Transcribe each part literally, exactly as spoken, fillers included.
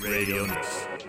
Radio News。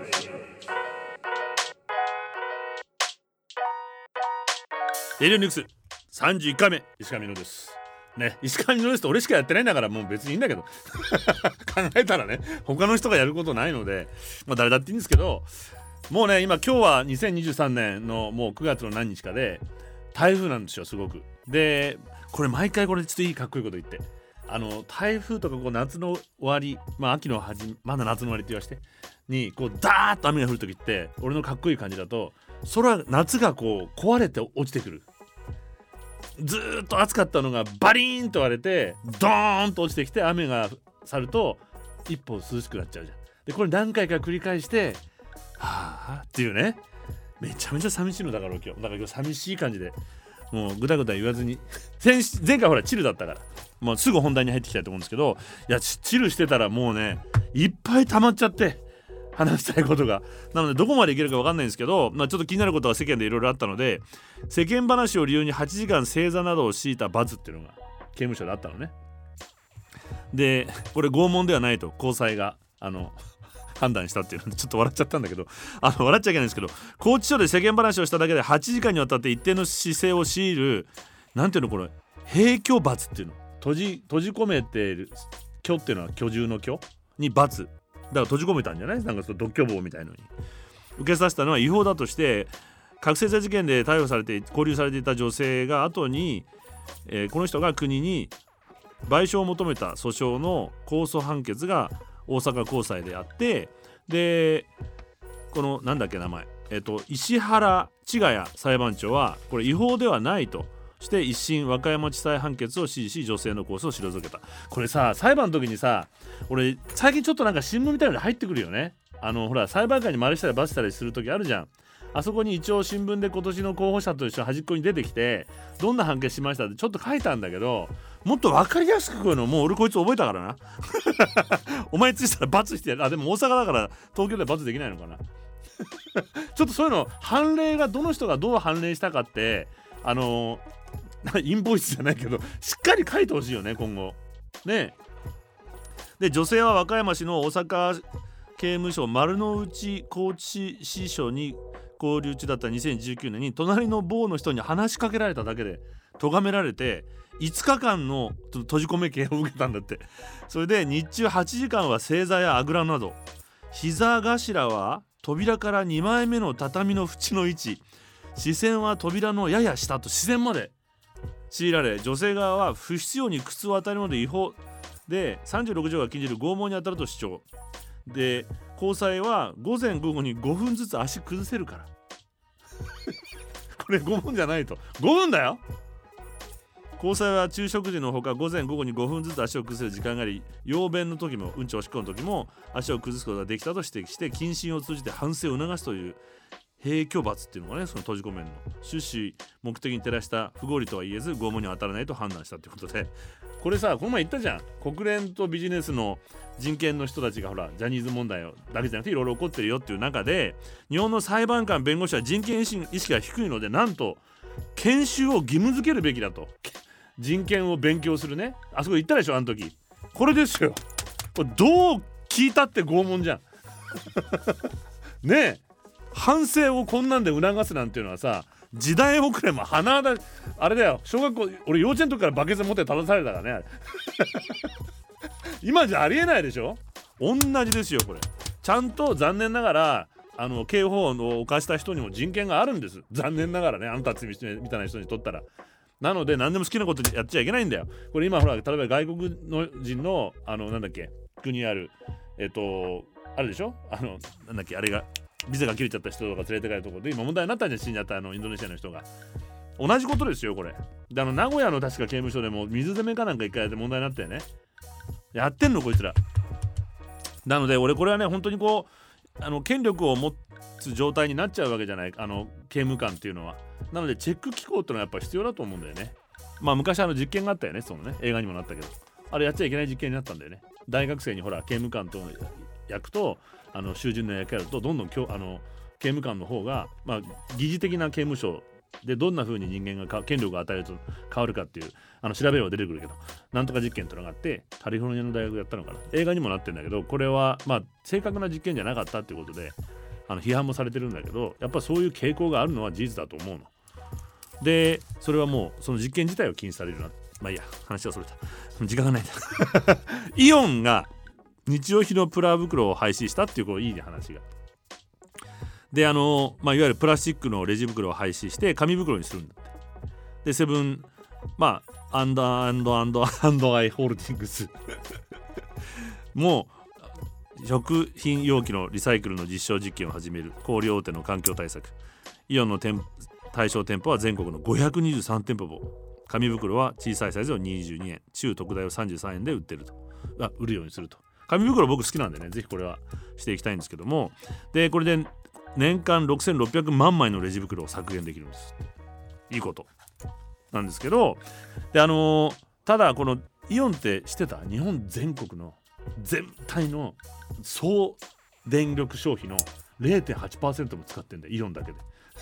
レディオニュースさんじゅういっかいめ、石上美濃ですね。石上美濃ですと俺しかやってないんだからもう別にいいんだけど考えたらね、他の人がやることないので、まあ、誰だっていいんですけど、もうね今今日はにせんにじゅうさんねんのもうくがつの何日かで台風なんですよ。すごくでこれ毎回これちょっといいかっこいいこと言って、あの台風とかこう夏の終わり、まあ秋の始めまだ夏の終わりって言わしてにこうダーッと雨が降るときって、俺のかっこいい感じだと空夏がこう壊れて落ちてくる。ずーっと暑かったのがバリーンと割れてドーンと落ちてきて、雨が去ると一歩涼しくなっちゃうじゃん。でこれ何回か繰り返してはぁっていうね、めちゃめちゃ寂しいのだから今日だから今日寂しい感じでもうぐだぐだ言わずに前前回ほらチルだったからもうすぐ本題に入ってきたいと思うんですけど、いやチルしてたらもうねいっぱい溜まっちゃって話したいことが、なのでどこまでいけるか分かんないんですけど、まあ、ちょっと気になることが世間でいろいろあったので、世間話を理由にはちじかん正座などを強いた罰っていうのが刑務所であったのね。でこれ拷問ではないと高裁があの判断したっていうのでちょっと笑っちゃったんだけど、あの笑っちゃいけないんですけど、拘置所で世間話をしただけではちじかんにわたって一定の姿勢を強いる、なんていうのこれ閉居罰っていうの、閉じ閉じ込めている居っていうのは居住の居に罰だから閉じ込めたんじゃない？なんかその独居房みたいのに受けさせたのは違法だとして、覚醒剤事件で逮捕されて勾留されていた女性が後に、えー、この人が国に賠償を求めた訴訟の控訴判決が大阪高裁であって、でこのなんだっけ名前、えっと石原千賀谷裁判長はこれ違法ではないとして一審和歌山地裁判決を支持し、女性の控訴を退けた。これさ裁判の時にさ、俺最近ちょっとなんか新聞みたいなの入ってくるよね。あのほら裁判官に丸したり罰したりする時あるじゃん。あそこに一応新聞で今年の候補者と一緒に端っこに出てきてどんな判決しましたってちょっと書いたんだけど、もっと分かりやすくこういうのもう俺こいつ覚えたからなお前ついたら罰してやる。あでも大阪だから東京では罰できないのかなちょっとそういうの判例がどの人がどう判例したかってあのー、インボイスじゃないけどしっかり書いてほしいよね今後ね。で女性は和歌山市の大阪刑務所丸の内高知支所に勾留中だったにせんじゅうきゅうねんに隣の坊の人に話しかけられただけで咎められていつかかんの閉じ込め刑を受けたんだって。それで日中はちじかんは正座やあぐらなど、膝頭は扉からにまいめの畳の縁の位置、視線は扉のやや下と視線まで強いられ、女性側は不必要に靴を与えるので違法でさんじゅうろく条が禁じる拷問に当たると主張で、高裁は午前午後にごふんずつ足崩せるからこれごふんじゃないとごふんだよ。高裁は昼食時のほか午前午後にごふんずつ足を崩せる時間があり、小便の時もうんちおしっこの時も足を崩すことができたと指摘して、謹慎を通じて反省を促すという閉居罰っていうのがね、その閉じ込めるの趣旨目的に照らした不合理とは言えず拷問には当たらないと判断したということで、これさこの前言ったじゃん、国連とビジネスの人権の人たちがほらジャニーズ問題だけじゃなくていろいろ起こってるよっていう中で、日本の裁判官弁護士は人権意識が低いので、なんと研修を義務付けるべきだと。人権を勉強するね、あそこ行ったでしょあの時。これですよ、これどう聞いたって拷問じゃんねえ、反省をこんなんで促すなんていうのはさ、時代遅れも鼻だあれだよ。小学校俺幼稚園の時からバケツ持って立たされたからね今じゃありえないでしょ。同じですよこれ。ちゃんと残念ながらあの刑法を犯した人にも人権があるんです、残念ながらね、あんたつみみたいな人にとったら。なので何でも好きなことやっちゃいけないんだよ。これ今ほら例えば外国の人のあのなんだっけ国にあるえっとあるでしょ、あのなんだっけあれがビザが切れちゃった人とか連れて帰るところで今問題になったんじゃん、死んじゃったあのインドネシアの人が。同じことですよこれ。であの名古屋の確か刑務所でも水攻めかなんか一回やって問題になったよね。やってんのこいつら。なので俺これはね本当にこうあの権力を持つ状態になっちゃうわけじゃない、あの刑務官っていうのは。なのでチェック機構ってのはやっぱ必要だと思うんだよね。まあ昔あの実験があったよね、そのね映画にもなったけど、あれやっちゃいけない実験になったんだよね。大学生にほら刑務官との役とあの囚人の役やるとどんどんきょあの刑務官の方が、まあ、疑似的な刑務所でどんな風に人間が権力を与えると変わるかっていうあの調べれば出てくるけど、なんとか実験というのがあってカリフォルニアの大学でやったのかな、映画にもなってるんだけど、これはまあ正確な実験じゃなかったっていうことであの批判もされてるんだけど、やっぱそういう傾向があるのは事実だと思うので、それはもうその実験自体を禁止されるな。まあいいや、話はそれた、時間がないんだイオンが日用品のプラ袋を廃止したっていうこういい話がで、あの、まあ、いわゆるプラスチックのレジ袋を廃止して紙袋にするんだって。でセブンまあアンドアンドアンドアンドアイホールディングスもう食品容器のリサイクルの実証実験を始める。小売大手の環境対策。イオンの店対象店舗は全国のごひゃくにじゅうさん店舗も。紙袋は小さいサイズをにじゅうにえん、中特大をさんじゅうさんえんで売ってると、あ売るようにすると。紙袋僕好きなんでね、ぜひこれはしていきたいんですけども、でこれで年間ろくせんろっぴゃくまんまいのレジ袋を削減できるんです。いいことなんですけど、であのー、ただこのイオンって知ってた？日本全国の全体の総電力消費の れいてんはちパーセント も使ってんだよ、イオンだけ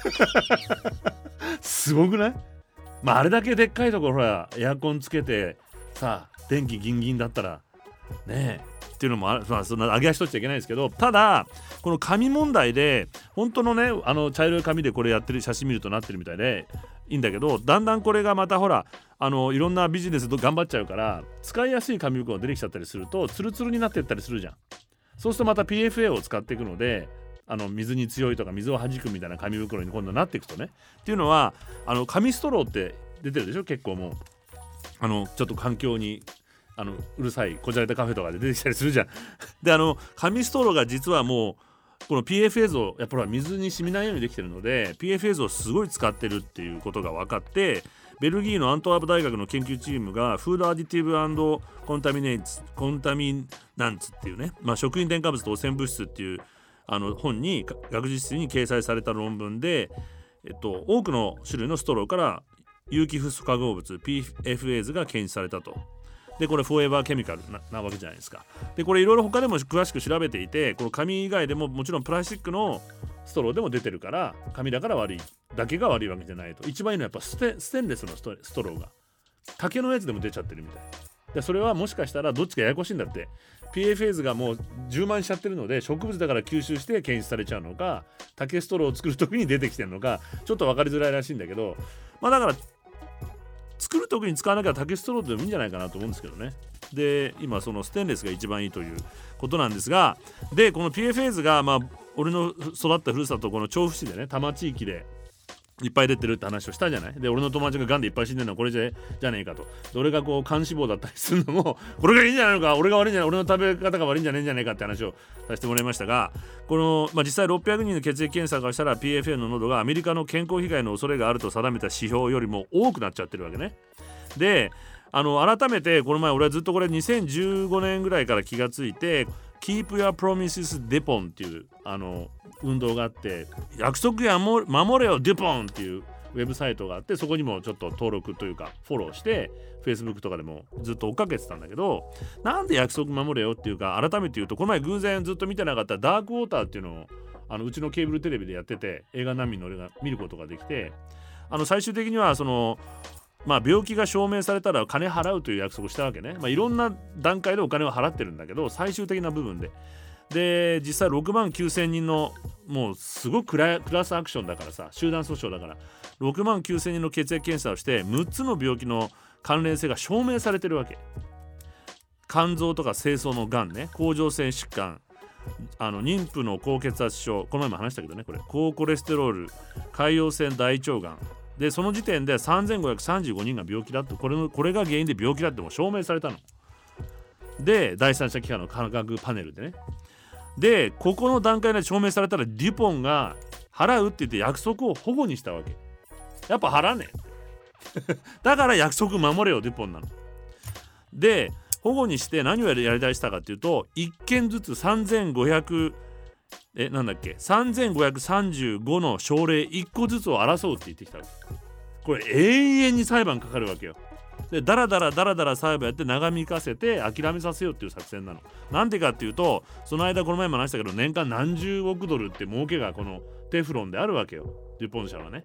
ですごくない？まああれだけでっかいところほらエアコンつけてさ電気ギンギンだったらねえっていうのもあ、まあ、そんな上げ足取っちゃいけないですけど、ただこの紙問題で本当のねあの茶色い紙でこれやってる写真見るとなってるみたいでいいんだけど、だんだんこれがまたほらあのいろんなビジネス頑張っちゃうから使いやすい紙袋が出てきちゃったりするとツルツルになっていったりするじゃん。そうするとまた ピーエフエー を使っていくので、あの水に強いとか水を弾くみたいな紙袋に今度なっていくとねっていうのは、あの紙ストローって出てるでしょ、結構もうあのちょっと環境にあのうるさいこじゃれたカフェとかで出てきたりするじゃんであの紙ストローが実はもうこの ピーエフエー 図をやっぱり水に染みないようにできてるので ピーエフエー 図をすごい使ってるっていうことが分かって、ベルギーのアントワープ大学の研究チームがフードアディティブ&コンタミネンツコンタミナンツっていうね、まあ、食品添加物と汚染物質っていうあの本に学術誌に掲載された論文で、えっと、多くの種類のストローから有機フッ素化合物 ピーエフエー 図が検出されたと。でこれフォーエバーケミカル な, なわけじゃないですか。でこれいろいろ他でも詳しく調べていて、この紙以外でももちろんプラスチックのストローでも出てるから、紙だから悪いだけが悪いわけじゃないと。一番いいのはやっぱス テ, ステンレスのス ト, ストローが竹のやつでも出ちゃってるみたいで、それはもしかしたらどっちかややこしいんだって。 ピーエフエー 図がもう充満しちゃってるので植物だから吸収して検出されちゃうのか、竹ストローを作る時に出てきてるのかちょっと分かりづらいらしいんだけど、まあだから作る時に使わなきゃ竹ストローでもいいんじゃないかなと思うんですけどね。で今そのステンレスが一番いいということなんですが、でこの ピーエフエー 図がまあ俺の育ったふるさとこの調布市でね、多摩地域でいっぱい出てるって話をしたじゃない。で俺の友達がガンでいっぱい死んでるのはこれじゃじゃねえかと。で俺がこう肝脂肪だったりするのもこれがいいんじゃないのか、俺が悪いんじゃない、俺の食べ方が悪いんじゃねえんじゃねえかって話をさせてもらいましたが、この、まあ、実際ろっぴゃくにんの血液検査からしたら ピーエフエー の濃度がアメリカの健康被害の恐れがあると定めた指標よりも多くなっちゃってるわけね。であの改めてこの前俺はずっとこれにせんじゅうごねんぐらいから気がついて Keep Your Promises Depon っていうあの運動があって、約束や守れよデュポンっていうウェブサイトがあって、そこにもちょっと登録というかフォローして Facebook とかでもずっと追っかけてたんだけど、なんで約束守れよっていうか改めて言うと、この前偶然ずっと見てなかったダークウォーターっていうのをあのうちのケーブルテレビでやってて、映画難民の俺が見ることができて、あの最終的にはそのまあ病気が証明されたら金払うという約束をしたわけね。まあいろんな段階でお金を払ってるんだけど、最終的な部分でで実際ろくまんきゅうせんにんのもうすごくク ラ, クラスアクションだからさ、集団訴訟だからろくまんきゅうせんにんの血液検査をしてむっつの病気の関連性が証明されてるわけ。肝臓とか精巣のがんね、甲状腺疾患、あの妊婦の高血圧症、この前も話したけどね、これ高コレステロール、潰瘍性大腸がんで、その時点でさんぜんごひゃくさんじゅうごにんが病気だって、これのこれが原因で病気だっても証明されたので、第三者機関の科学パネルでね。でここの段階で証明されたらデュポンが払うって言って約束を保護にしたわけ。やっぱ払わねえだから約束守れよデュポンなので、保護にして何をやりだしたかっていうと、いっけんずつさんぜんごひゃくえなんだっけさんぜんごひゃくさんじゅうごの症例いっこずつを争うって言ってきたわけ。これ永遠に裁判かかるわけよ。でダラダラダラダラ裁判やって長引かせて諦めさせようっていう作戦なの。なんでかっていうと、その間この前も話したけど年間何十億ドルって儲けがこのテフロンであるわけよ、デュポン社はね。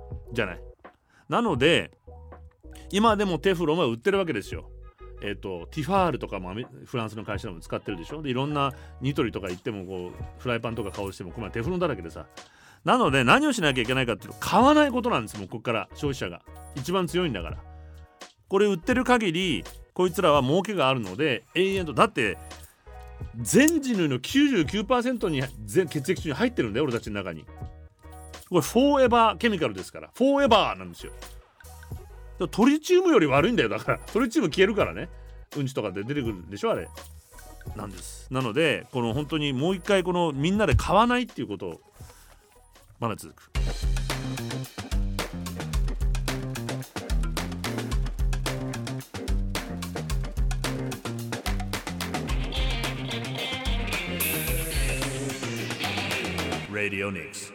じゃない。なので今でもテフロンは売ってるわけですよ。えっとティファールとかもフランスの会社でも使ってるでしょ。でいろんなニトリとか行ってもこうフライパンとか買おうしてもこれテフロンだらけでさ。なので何をしなきゃいけないかっていうと買わないことなんです。もうここから消費者が一番強いんだから。これ売ってる限りこいつらは儲けがあるので永遠と。だって全人類の きゅうじゅうきゅうパーセント に血液中に入ってるんだよ俺たちの中に。これフォーエバーケミカルですから。フォーエバーなんですよ。トリチウムより悪いんだよ。だからトリチウム消えるからね。うんちとかで出てくるでしょあれなんです。なのでこの本当にもう一回このみんなで買わないっていうことをまだ続く。Radio Nix。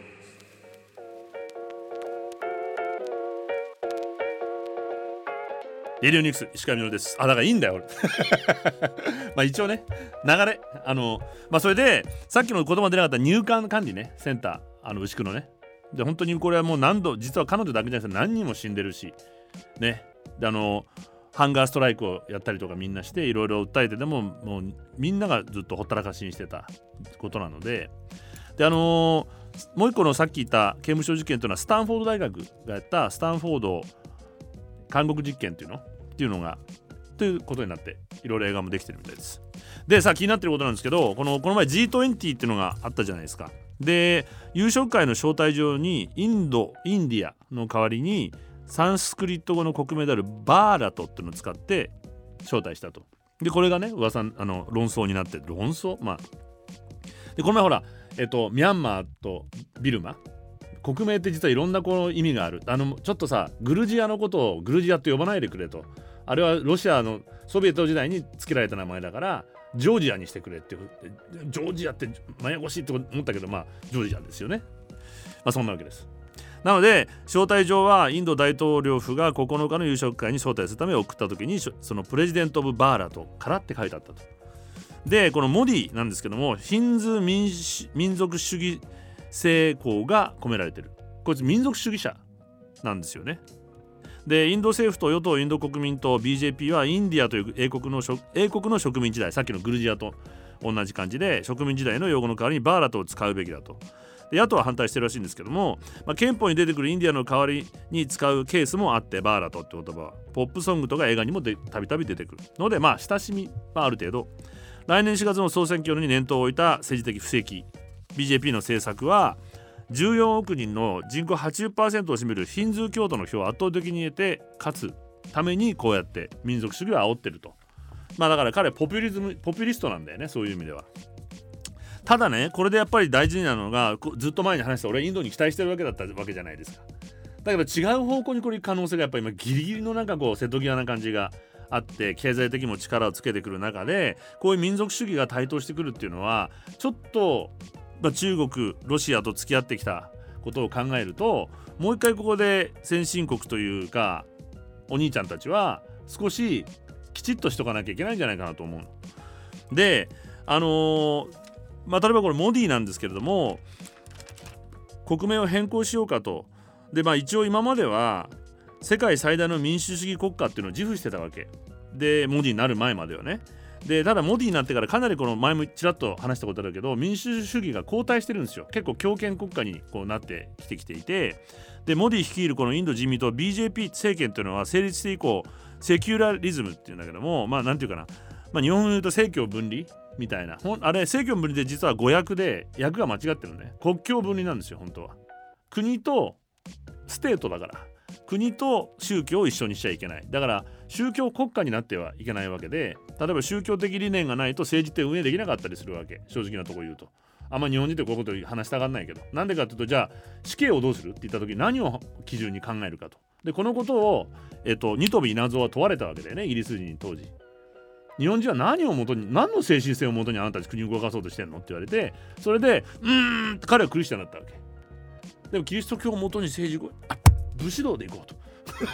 レディオニクス石川みのるです。あだからいいんだよ俺まあ一応ね流れあのまあそれでさっきの言葉出なかった入管管理ねセンターあの牛久のねで本当にこれはもう何度実は彼女だけじゃなくて何人も死んでるしねであのハンガーストライクをやったりとかみんなしていろいろ訴えてでももうみんながずっとほったらかしにしてたことなのでであのー、もう一個のさっき言った刑務所事件というのはスタンフォード大学がやったスタンフォード監獄実験っていうのっていうのがということになっていろいろ映画もできてるみたいです。でさあ気になってることなんですけどこのこの前 ジートゥエンティー っていうのがあったじゃないですか。で夕食会の招待状にインドインディアの代わりにサンスクリット語の国名であるバーラトっていうのを使って招待したと。でこれがね噂あの論争になって論争まあでこの前ほらえっとミャンマーとビルマ国名って実はいろんなこの意味がある。あのちょっとさグルジアのことをグルジアって呼ばないでくれと。あれはロシアのソビエト時代に付けられた名前だからジョージアにしてくれってジョージアってまやこしいって思ったけどまあジョージアですよね。まあそんなわけです。なので招待状はインド大統領府がここのかの夕食会に招待するため送った時にそのプレジデント・オブ・バーラトからって書いてあったと。でこのモディなんですけどもヒンズー 民, 民族主義成功が込められてる。こいつ民族主義者なんですよね。でインド政府と与党インド国民と ビージェーピー はインディアという英国の英国の植民時代さっきのグルジアと同じ感じで植民時代の用語の代わりにバーラトを使うべきだと。で野党は反対してるらしいんですけども、まあ、憲法に出てくるインディアの代わりに使うケースもあってバーラトって言葉はポップソングとか映画にもたびたび出てくるのでまあ親しみはある程度。来年しがつの総選挙に念頭を置いた政治的布石 ビージェーピー の政策はじゅうよんおく人の人口 はちじゅっパーセント を占めるヒンズー教徒の票を圧倒的に得て勝つためにこうやって民族主義を煽ってると。まあだから彼はポピュリズムポピュリストなんだよねそういう意味では。ただねこれでやっぱり大事なのがずっと前に話した俺はインドに期待してるわけだったわけじゃないですか。だけど違う方向にこれ可能性がやっぱり今ギリギリのなんかこう瀬戸際な感じがあって経済的にも力をつけてくる中でこういう民族主義が台頭してくるっていうのはちょっとまあ、中国ロシアと付き合ってきたことを考えるともう一回ここで先進国というかお兄ちゃんたちは少しきちっとしとかなきゃいけないんじゃないかなと思う。であのー、まあ例えばこれモディなんですけれども国名を変更しようかと。でまあ一応今までは世界最大の民主主義国家っていうのを自負してたわけでモディになる前まではね。でただモディになってからかなりこの前もちらっと話したことあるけど民主主義が後退してるんですよ。結構強権国家にこうなってきてきていてでモディ率いるこのインド人民党 ビージェーピー 政権というのは成立して以降セキュラリズムっていうんだけどもまあなんていうかな、まあ、日本語で言うと政教分離みたいなあれ政教分離で実は語訳で訳が間違ってるのね。国境分離なんですよ本当は。国とステートだから国と宗教を一緒にしちゃいけない。だから宗教国家になってはいけないわけで例えば宗教的理念がないと政治って運営できなかったりするわけ。正直なところ言うとあんま日本人ってこういうこと話したがらないけどなんでかっていうとじゃあ死刑をどうするって言った時に何を基準に考えるかと。でこのことを、えっと、ニトビ稲造は問われたわけだよねイギリス人に当時。日本人は何を元に何の精神性を元にあなたたち国を動かそうとしてんのって言われてそれでうーん彼はクリスチャンだったわけ。でもキリスト教を元に政治武士道でいこうと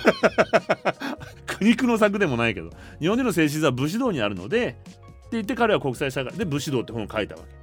苦肉の策でもないけど日本人の性質は武士道にあるのでって言って彼は国際社会で武士道って本を書いたわけ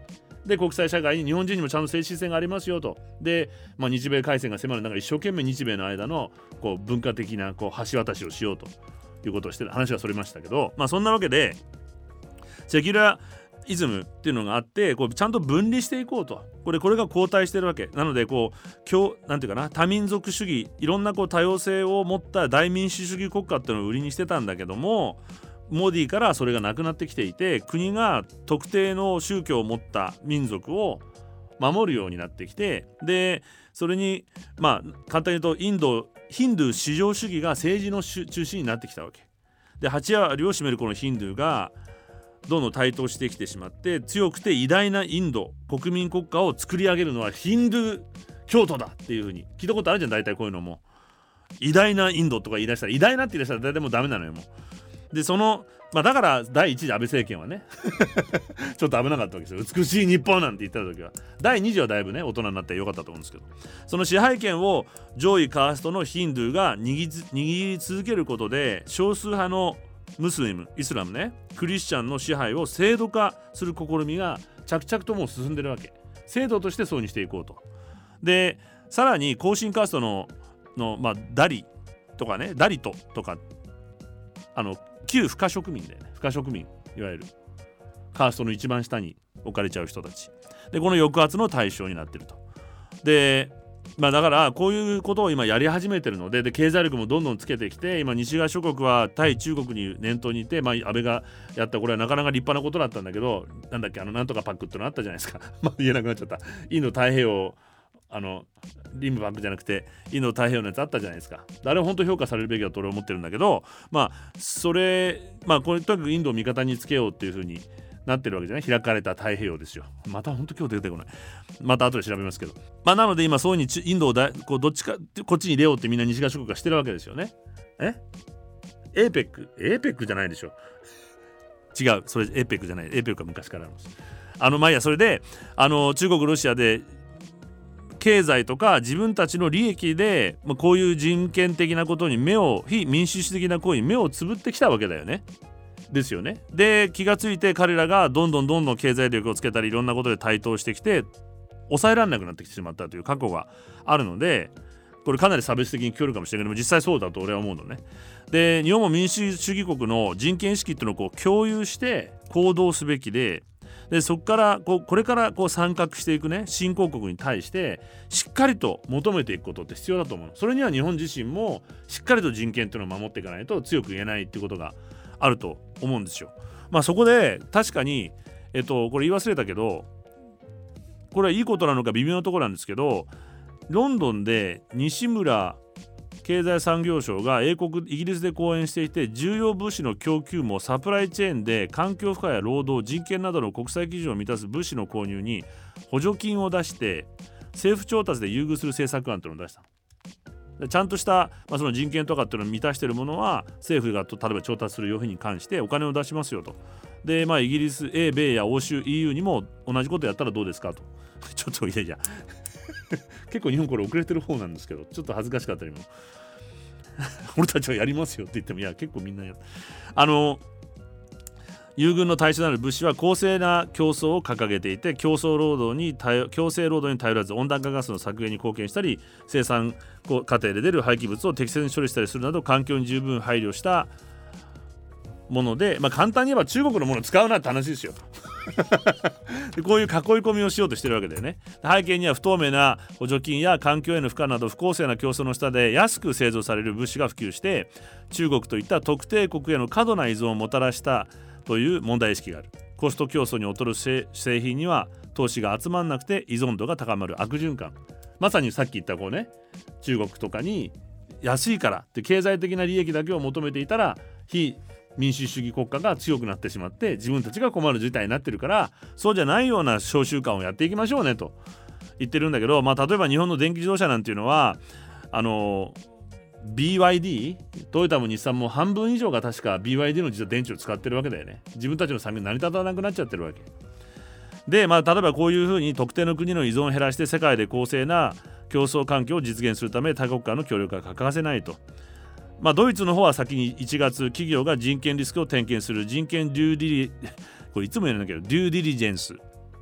で国際社会に日本人にもちゃんと政治性がありますよと。で、まあ、日米開戦が迫る中一生懸命日米の間のこう文化的なこう橋渡しをしようということをして話がそれましたけど、まあそんなわけでセキュライズムっていうのがあって、こうちゃんと分離していこうと。これこれが後退してるわけなので、こう今日なんていうかな、多民族主義、いろんなこう多様性を持った大民主主義国家っていうのを売りにしてたんだけども、モディからそれがなくなってきていて、国が特定の宗教を持った民族を守るようになってきて、でそれにまあ簡単に言うとインドヒンドゥー至上主義が政治の中心になってきたわけで、はち割を占めるこのヒンドゥーがどんどん台頭してきてしまって、強くて偉大なインド国民国家を作り上げるのはヒンドゥー教徒だっていう風に聞いたことあるじゃん。大体こういうのも偉大なインドとか言い出したら、偉大なって言い出したら大体もうダメなのよもう。でそのまあだから第一次安倍政権はねちょっと危なかったわけですよ。美しい日本なんて言った時は。第二次はだいぶね大人になってよかったと思うんですけど、その支配権を上位カーストのヒンドゥーが握り、握り続けることで、少数派のムスリム、イスラムね、クリスチャンの支配を制度化する試みが着々ともう進んでるわけ。制度としてそうにしていこうと。でさらに後進カーストのの、まあ、ダリとかね、ダリトとか、あの旧不可植民だよね。不可植民、いわゆるカーストの一番下に置かれちゃう人たちで、この抑圧の対象になってると。でまあだからこういうことを今やり始めてるので、で経済力もどんどんつけてきて、今西側諸国は対中国に念頭にいて、まあ安倍がやったこれはなかなか立派なことだったんだけど、なんだっけ、あのなんとかパックってのあったじゃないですかまあ言えなくなっちゃった。インド太平洋、あのリムパックじゃなくてインド太平洋のやつあったじゃないですか。あれは本当評価されるべきだと俺は思ってるんだけど、まあそれまあこれとにかくインドを味方につけようっていう風になってるわけじゃない。開かれた太平洋ですよ。また本当今日出てこない。また後で調べますけど、まあなので今そういうにインドをだこうどっちかこっちに入れようってみんな西側諸国がしてるわけですよね。え エーペック エーペックじゃないでしょ。違う、それ エーペック じゃない。 エーペック は昔からあります。あのまあいや、それであの中国ロシアで経済とか自分たちの利益で、まあ、こういう人権的なことに目を、非民主主義的な行為に目をつぶってきたわけだよね。ですよね。で気がついて彼らがどんどんどんどん経済力をつけたりいろんなことで台頭してきて抑えられなくなってきてしまったという過去があるので、これかなり差別的に聞こえるかもしれないけども、実際そうだと俺は思うのね。で日本も民主主義国の人権意識っていうのをこう共有して行動すべきで、でそこからこうこれからこう参画していくね新興国に対してしっかりと求めていくことって必要だと思う。それには日本自身もしっかりと人権っていうのを守っていかないと強く言えないっていうことがあると思うんですよ。まあそこで確かにえっとこれ言い忘れたけど、これはいいことなのか微妙なところなんですけど、ロンドンで西村経済産業省が英国イギリスで講演していて、重要物資の供給網サプライチェーンで環境負荷や労働人権などの国際基準を満たす物資の購入に補助金を出して政府調達で優遇する政策案というのを出した。ちゃんとした、まあ、その人権とかっていうのを満たしているものは政府が例えば調達する用品に関してお金を出しますよと。でまあイギリス、英米や欧州 イーユー にも同じことやったらどうですかとちょっといやいや結構日本これ遅れてる方なんですけど、ちょっと恥ずかしかったりも俺たちはやりますよって言っても、いや結構みんなやる。あの優遇の対象となる物資は公正な競争を掲げていて、競争労働に強制労働に頼らず温暖化ガスの削減に貢献したり、生産過程で出る廃棄物を適切に処理したりするなど環境に十分配慮したもので、まあ、簡単に言えば中国のものを使うなって話ですよでこういう囲い込みをしようとしてるわけだよね。背景には不透明な補助金や環境への負荷など不公正な競争の下で安く製造される物資が普及して、中国といった特定国への過度な依存をもたらしたという問題意識がある。コスト競争に劣る製品には投資が集まらなくて依存度が高まる悪循環。まさにさっき言ったこうね、中国とかに安いからって経済的な利益だけを求めていたら非民主主義国家が強くなってしまって自分たちが困る事態になってるから、そうじゃないような商習慣をやっていきましょうねと言ってるんだけど、まあ例えば日本の電気自動車なんていうのはあの ビーワイディー トヨタも日産も半分以上が確か ビーワイディー の実は電池を使ってるわけだよね。自分たちの産業成り立たなくなっちゃってるわけで、まあ例えばこういうふうに特定の国の依存を減らして世界で公正な競争環境を実現するため多国間の協力が欠かせないと。まあ、ドイツの方は先にいちがつ企業が人権リスクを点検する人権デューディリこれいつも言うんだけどデューディリジェンス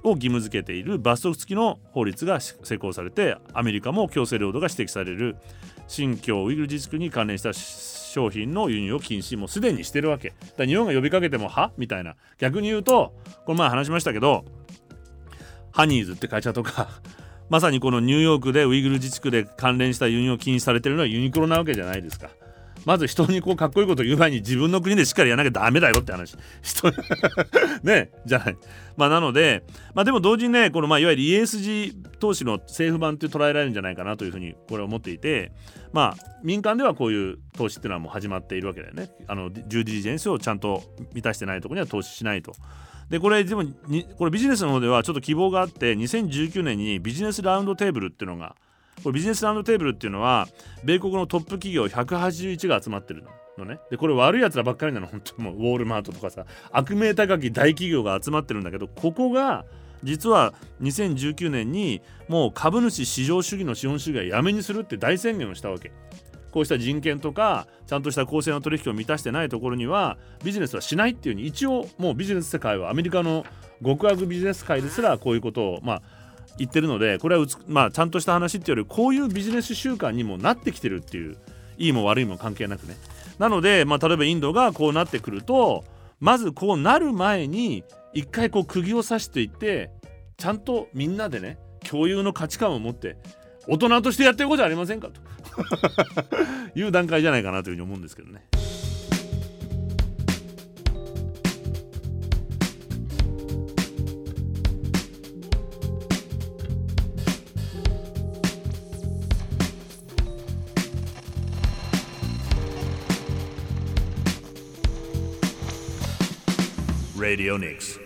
を義務付けている罰則付きの法律が施行されて、アメリカも強制領土が指摘される新疆ウイグル自治区に関連した商品の輸入を禁止もすでにしてるわけだから、日本が呼びかけてもはみたいな。逆に言うと、この前話しましたけど、ハニーズって会社とかまさにこのニューヨークでウイグル自治区で関連した輸入を禁止されてるのはユニクロなわけじゃないですか。まず人にこうかっこいいこと言う前に自分の国でしっかりやらなきゃダメだよって話人ねじゃない。まあなので、まあでも同時にね、このまあいわゆる イーエスジー 投資の政府版と捉えられるんじゃないかなというふうにこれは思っていて、まあ民間ではこういう投資っていうのはもう始まっているわけだよね。あのデューディリジェンスをちゃんと満たしてないところには投資しないと。でこれでもにこれビジネスの方ではちょっと希望があって、にせんじゅうきゅうねんにビジネスラウンドテーブルっていうのが、これビジネスラウンドテーブルっていうのは米国のトップ企業ひゃくはちじゅういちが集まってるのね。でこれ悪いやつらばっかりなの、本当にもうウォールマートとかさ、悪名高き大企業が集まってるんだけど、ここが実はにせんじゅうきゅうねんにもう株主至上主義の資本主義はやめにするって大宣言をしたわけ。こうした人権とかちゃんとした公正な取引を満たしてないところにはビジネスはしないっていう風に、一応もうビジネス世界はアメリカの極悪ビジネス界ですらこういうことをまあ言ってるので、これはうつ、まあ、ちゃんとした話っていうよりこういうビジネス習慣にもなってきてるっていう、いいも悪いも関係なくね。なので、まあ、例えばインドがこうなってくると、まずこうなる前に一回こう釘を刺していって、ちゃんとみんなでね共有の価値観を持って大人としてやっていこうじゃありませんかという段階じゃないかなというふうに思うんですけどね。Radio Nix。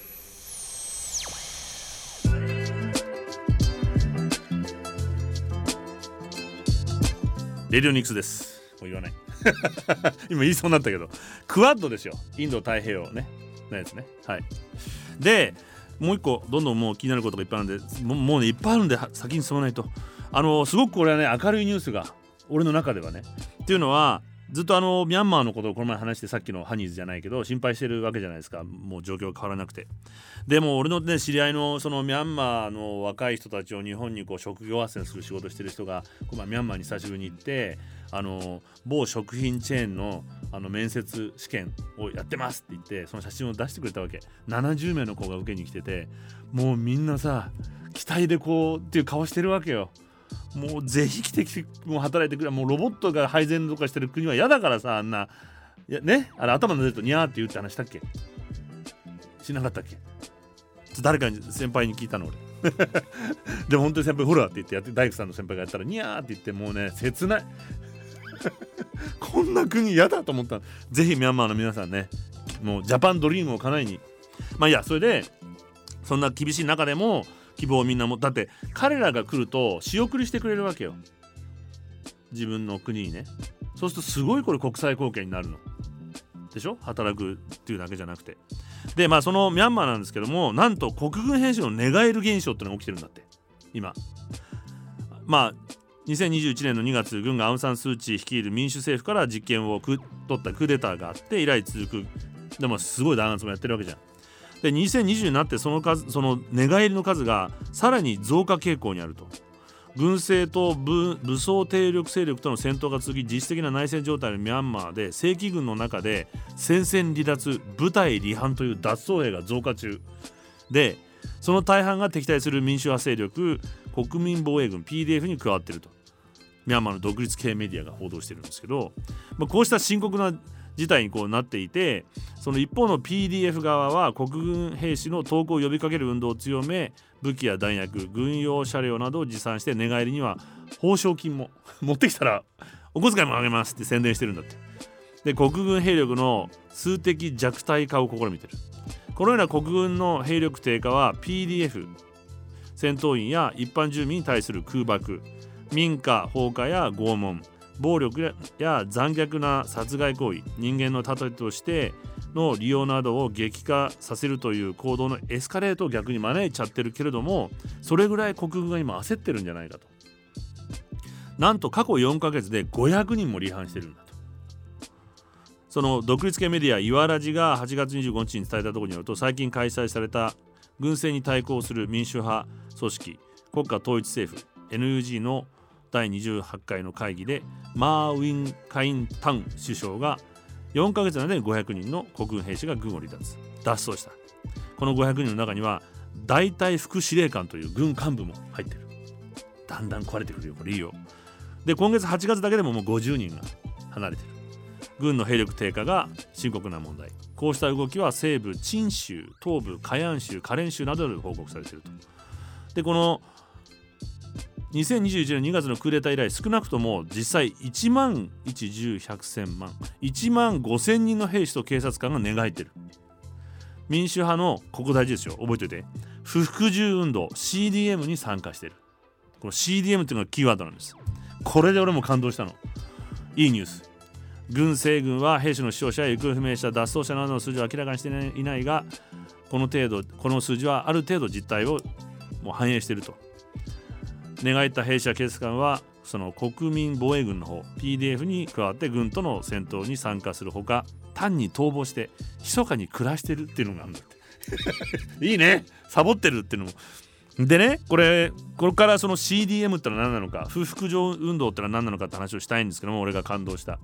レディオニックスです。もう言わない今言いそうになったけど、クワッドですよ、インド太平洋ねのやつね。はい。でもう一個どんどんもう気になることがいっぱいあるんで、もう、もうねいっぱいあるんで先に進まないと。あのすごくこれはね明るいニュースが俺の中ではね。っていうのは、ずっとあのミャンマーのことをこの前話して、さっきのハニーズじゃないけど心配してるわけじゃないですか。もう状況が変わらなくて。でも俺のね知り合いのそのミャンマーの若い人たちを日本にこう職業斡旋する仕事してる人が、この前ミャンマーに久しぶりに行って、あの某食品チェーンのあの面接試験をやってますって言って、その写真を出してくれたわけ。ななじゅうめいの子が受けに来てて、もうみんなさ期待でこうっていう顔してるわけよ。もうぜひ来てきてもう働いてくれ、もうロボットが配膳とかしてる国は嫌だからさ、あんないやね、あれ頭の出るとニャーって言うって話したっけ、しなかったっけ。誰かに先輩に聞いたの俺でも本当に先輩ほらって言ってやって、大工さんの先輩がやったらニャーって言って、もうね切ないこんな国嫌だと思った。ぜひミャンマーの皆さんね、もうジャパンドリームを叶えに、まあいや、それでそんな厳しい中でも希望をみんなも、だって彼らが来ると仕送りしてくれるわけよ、自分の国にね。そうするとすごいこれ国際貢献になるのでしょ、働くっていうだけじゃなくて。でまあそのミャンマーなんですけども、なんと国軍兵士の寝返る現象ってのが起きてるんだって今。まあにせんにじゅういちねんのにがつ、軍がアウン・サン・スー・チー率いる民主政府から実権を取ったクーデターがあって、以来続く。でもすごい弾圧もやってるわけじゃん。でにせんにじゅうになってその数、その寝返りの数がさらに増加傾向にあると。軍政と 武, 武装低力勢力との戦闘が続き、実質的な内戦状態のミャンマーで、正規軍の中で戦線離脱、部隊離反という脱走兵が増加中で、その大半が敵対する民主派勢力国民防衛軍 ピーディーエフ に加わっているとミャンマーの独立系メディアが報道してるんですけど、まあ、こうした深刻な事態にこうなっていて、その一方の ピーディーエフ 側は国軍兵士の投降を呼びかける運動を強め、武器や弾薬、軍用車両などを持参して、寝返りには報奨金も持ってきたらお小遣いもあげますって宣伝してるんだって。で国軍兵力の数的弱体化を試みてる。このような国軍の兵力低下は ピーディーエフ 戦闘員や一般住民に対する空爆、民家放火や拷問、暴力や残虐な殺害行為、人間の盾としての利用などを激化させるという行動のエスカレートを逆に招いちゃってるけれども、それぐらい国軍が今焦ってるんじゃないかと。なんと過去よんかげつでごひゃくにんも離反してるんだと。その独立系メディアイワラジがはちがつにじゅうごにちに伝えたところによると、最近開催された軍政に対抗する民主派組織国家統一政府 エヌユージー のだいにじゅうはちかいの会議でマーウィン・カインタン首相がよんかげつの間にごひゃくにんの国軍兵士が軍を離脱脱走した。このごひゃくにんの中には大隊副司令官という軍幹部も入ってる。だんだん壊れてくるよ、これいいよ。で今月はちがつだけでももうごじゅうにんが離れてる。軍の兵力低下が深刻な問題。こうした動きは西部チン州、東部カヤン州、カレン州などで報告されていると。でこのにせんにじゅういちねんにがつのクーデター以来少なくとも実際いちまんいち、じゅう、ひゃく、せんまんいちまんごせんにんの兵士と警察官が寝返ってる。民主派のここ大事ですよ、覚えておいて。不服従運動 シーディーエム に参加してる。この シーディーエム っていうのがキーワードなんです。これで俺も感動したの。いいニュース。軍西軍は兵士の死傷者や行方不明者、脱走者などの数字を明らかにしていないが、この程度この数字はある程度実態をもう反映していると。寝返った兵士や警察官はその国民防衛軍の方 ピーディーエフ に加わって軍との戦闘に参加するほか、単に逃亡して密かに暮らしてるっていうのがあるんだっていいね、サボってるっていうのも。でね、これこれからその シーディーエム ってのは何なのか、不服従運動ってのは何なのかって話をしたいんですけども、俺が感動した。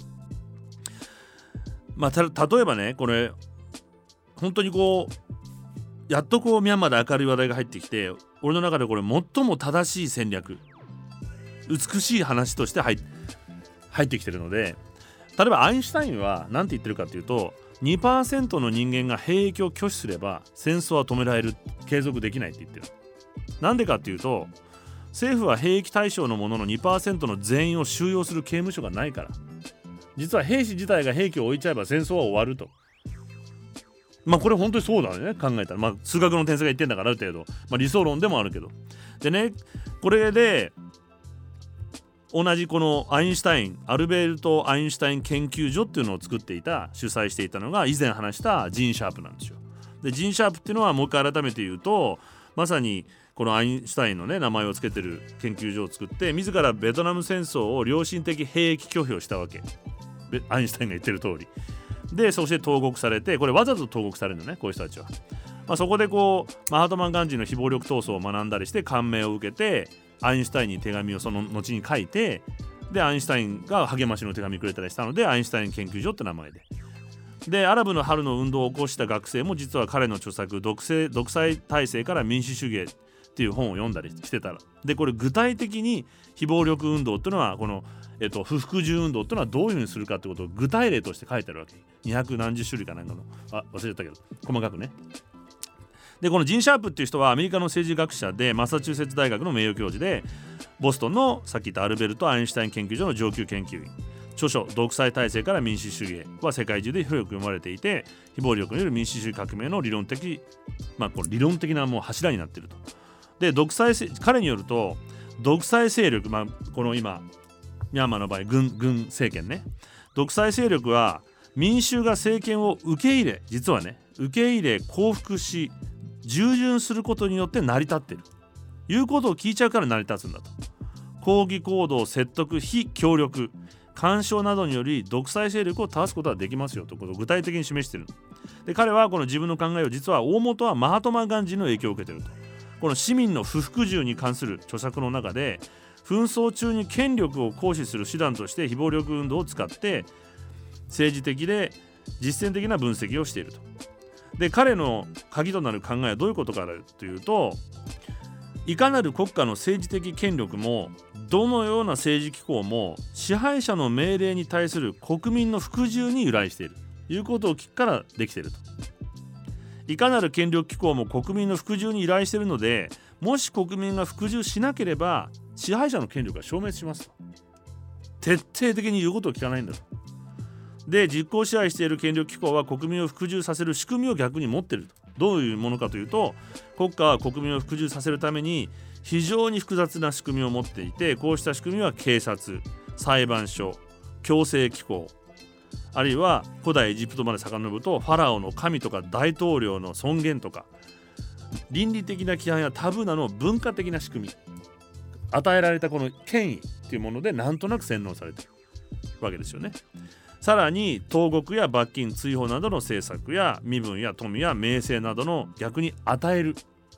まあた例えばね、これ本当にこうやっとこうミャンマーで明るい話題が入ってきて、俺の中でこれ最も正しい戦略、美しい話として入ってきてるので、例えばアインシュタインは何て言ってるかというと、にパーセント の人間が兵役を拒否すれば戦争は止められる、継続できないって言ってる。なんでかっていうと、政府は兵役対象のものの にパーセント の全員を収容する刑務所がないから。実は兵士自体が兵器を置いちゃえば戦争は終わると。まあこれ本当にそうだね、考えたら。まあ数学の天才が言ってんだからある程度、まあ、理想論でもあるけど。でね、これで同じこのアインシュタインアルベルト・アインシュタイン研究所っていうのを作っていた主催していたのが以前話したジーン・シャープなんですよ。でジーン・シャープっていうのはもう一回改めて言うと、まさにこのアインシュタインのね名前を付けてる研究所を作って、自らベトナム戦争を良心的兵役拒否をしたわけ。アインシュタインが言ってる通りで、そして投獄されて、これわざと投獄されるのね、こういう人たちは。まあ、そこでこうマハトマンガンジーの非暴力闘争を学んだりして感銘を受けて、アインシュタインに手紙をその後に書いて、でアインシュタインが励ましの手紙くれたりしたので、アインシュタイン研究所って名前で。でアラブの春の運動を起こした学生も実は彼の著作独裁、独裁体制から民主主義っていう本を読んだりしてたら、でこれ具体的に非暴力運動っていうのは、この、えっと、不服従運動っていうのはどういうふうにするかってことを具体例として書いてあるわけ。にひゃくなんじゅっしゅるいかなんかの、あ忘れちゃったけど細かくね。でこのジン・シャープっていう人はアメリカの政治学者で、マサチューセッツ大学の名誉教授で、ボストンのさっき言ったアルベルト・アインシュタイン研究所の上級研究員。著書独裁体制から民主主義へは世界中で広く読まれていて、非暴力による民主主義革命の理論的、まあこれ理論的なもう柱になっていると。で独裁彼によると、独裁勢力、まあ、この今ミャンマーの場合 軍, 軍政権ね、独裁勢力は民衆が政権を受け入れ、実はね受け入れ降伏し従順することによって成り立っている、いうことを聞いちゃうから成り立つんだと。抗議行動、説得、非協力、干渉などにより独裁勢力を倒すことはできますよということを具体的に示している。で彼はこの自分の考えを、実は大元はマハトマガンジーの影響を受けていると。この市民の不服従に関する著作の中で、紛争中に権力を行使する手段として非暴力運動を使って政治的で実践的な分析をしていると。で彼の鍵となる考えはどういうことかというと、いかなる国家の政治的権力もどのような政治機構も支配者の命令に対する国民の服従に由来しているということを聞くからできていると。いかなる権力機構も国民の服従に依頼しているので、もし国民が服従しなければ支配者の権力が消滅しますと。徹底的に言うことを聞かないんだと。で実効支配している権力機構は国民を服従させる仕組みを逆に持っていると。どういうものかというと、国家は国民を服従させるために非常に複雑な仕組みを持っていて、こうした仕組みは警察、裁判所、強制機構、あるいは古代エジプトまで遡るとファラオの神とか大統領の尊厳とか、倫理的な規範やタブーなの文化的な仕組み、与えられたこの権威というものでなんとなく洗脳されているわけですよね。さらに投獄や罰金、追放などの政策や身分や富や名声などの逆に与える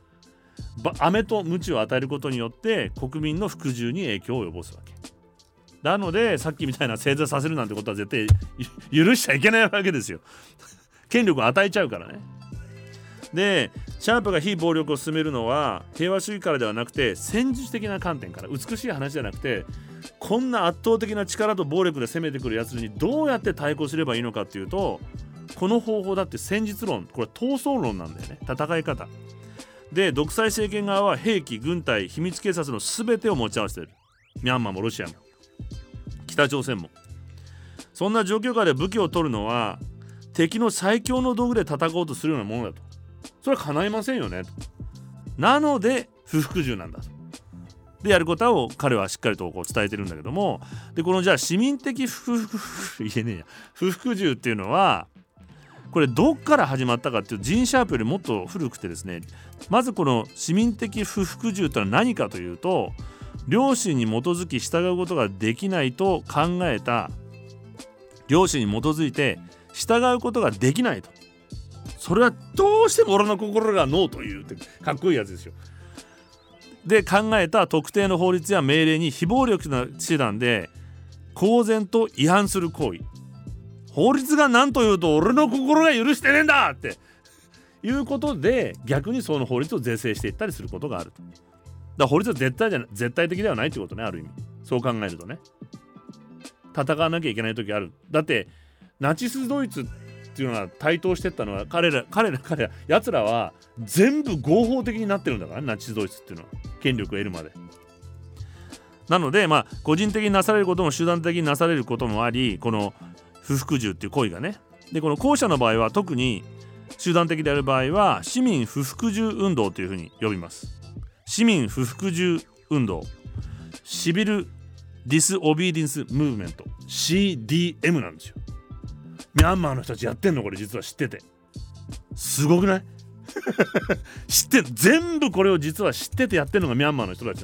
飴と鞭を与えることによって国民の服従に影響を及ぼすわけなので、さっきみたいな正座させるなんてことは絶対許しちゃいけないわけですよ権力を与えちゃうからね。でシャープが非暴力を進めるのは平和主義からではなくて戦術的な観点から、美しい話じゃなくて、こんな圧倒的な力と暴力で攻めてくるやつにどうやって対抗すればいいのかっていうと、この方法だって戦術論、これは闘争論なんだよね。戦い方で、独裁政権側は兵器、軍隊、秘密警察の全てを持ち合わせている。ミャンマーもロシアも北朝鮮も。そんな状況下で武器を取るのは敵の最強の道具で戦おうとするようなものだと。それは叶いませんよねと。なので不服従なんだと。でやることを彼はしっかりとこう伝えてるんだけども、でこのじゃあ市民的不服言えねえや不服従っていうのはこれどっから始まったかっていう、ジーン・シャープよりもっと古くてですね、まずこの市民的不服従というのは何かというと、良心に基づき従うことができないと考えた、良心に基づいて従うことができないと、それはどうしても俺の心がノーというってかっこいいやつですよ。で考えた特定の法律や命令に非暴力な手段で公然と違反する行為、法律が何と言うと俺の心が許してねえんだっていうことで、逆にその法律を是正していったりすることがあると。だから法律は絶対じゃない、絶対的ではないってことね、ある意味そう考えるとね。戦わなきゃいけない時ある。だってナチスドイツっていうのが台頭してったのは、彼ら彼ら彼らやつらは全部合法的になってるんだから、ね、ナチスドイツっていうのは権力を得るまで。なのでまあ個人的になされることも集団的になされることもあり、この不服従っていう行為がね。でこの後者の場合は、特に集団的である場合は市民不服従運動というふうに呼びます。市民不服従運動、シビルディスオビディンスムーブメント シーディーエム なんですよ。ミャンマーの人たちやってんの、これ実は知っててすごくない知って全部これを実は知っててやってんのがミャンマーの人たちな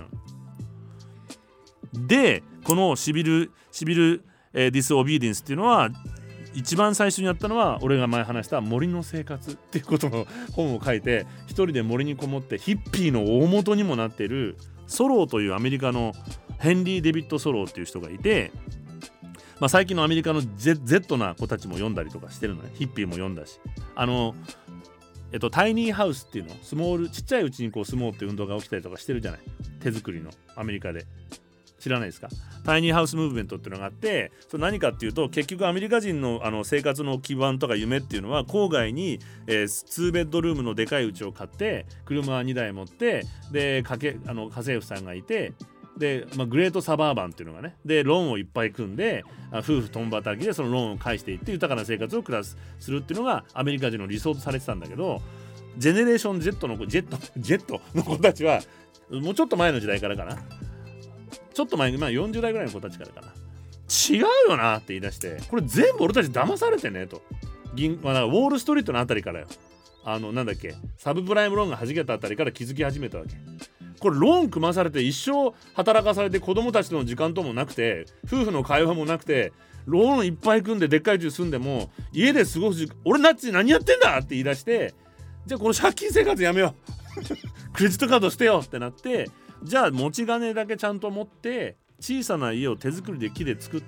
ので、このシビルシビル、えー、ディスオビディンスっていうのは一番最初にやったのは、俺が前話した森の生活っていうことの本を書いて、一人で森にこもってヒッピーの大元にもなっているソローというアメリカのヘンリー・デビッド・ソローっていう人がいて、まあ、最近のアメリカの Z, Z な子たちも読んだりとかしてるのね。ヒッピーも読んだし、あのえっとタイニーハウスっていうの、スモールちっちゃいうちにこう住もうっていう運動が起きたりとかしてるじゃない、手作りのアメリカで。知らないですか？タイニーハウスムーブメントっていうのがあって、それ何かっていうと、結局アメリカ人 の, あの生活の基盤とか夢っていうのは、郊外に、えー、にベッドルームのでかい家を買って車にだい持って、でかけあの家政婦さんがいて、で、まあ、グレートサバーバンっていうのがね、でローンをいっぱい組んで、夫婦共働きでそのローンを返していって豊かな生活を暮らすするっていうのがアメリカ人の理想とされてたんだけど、ジェネレーション Z のジェットジェットの子たちはもうちょっと前の時代からかな、ちょっと前、まあ、よんじゅう代ぐらいの子たちからかな、違うよなって言い出して、これ全部俺たち騙されてねと。銀、まあ、ウォールストリートのあたりからよ、あのなんだっけ、サブプライムローンが弾けたあたりから気づき始めたわけ。これローン組まされて一生働かされて、子供たちとの時間ともなくて、夫婦の会話もなくて、ローンいっぱい組んででっかい家住んでも家で過ごす、俺ナッチ何やってんだって言い出して、じゃあこの借金生活やめようクレジットカード捨てようってなって、じゃあ持ち金だけちゃんと持って小さな家を手作りで木で作って、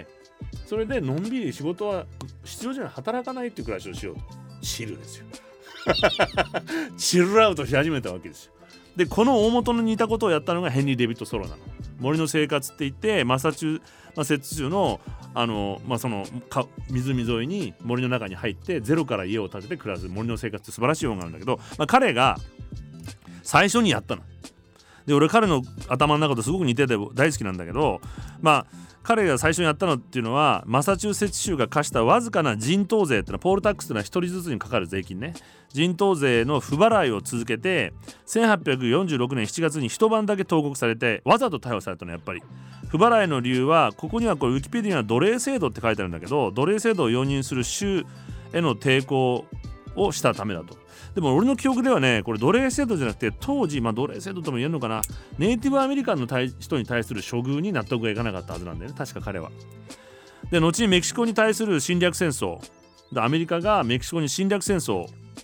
それでのんびり仕事は必要じゃない、働かないっていう暮らしをしようと。チルですよチルアウトし始めたわけですよ。でこの大元に似たことをやったのがヘンリー・デビッド・ソローなの。森の生活って言って、マサチューセッツ州のあの、まあ、その湖沿いに森の中に入ってゼロから家を建てて暮らす森の生活って素晴らしい本があるんだけど、まあ、彼が最初にやったので、俺彼の頭の中とすごく似てて大好きなんだけど、まあ彼が最初にやったのっていうのは、マサチューセッツ州が課したわずかな人頭税っていうのは、ポールタックスっていうのは一人ずつにかかる税金ね、人頭税の不払いを続けて、せんはっぴゃくよんじゅうろくねんしちがつに一晩だけ投獄されて、わざと逮捕されたの。やっぱり不払いの理由は、ここにはこれウィキペディアには奴隷制度って書いてあるんだけど、奴隷制度を容認する州への抵抗をしたためだと。でも俺の記憶ではね、これ奴隷制度じゃなくて、当時、まあ奴隷制度とも言えるのかな、ネイティブアメリカンの人に対する処遇に納得がいかなかったはずなんだよね、確か彼は。で後にメキシコに対する侵略戦争で、アメリカがメキシコに侵略戦争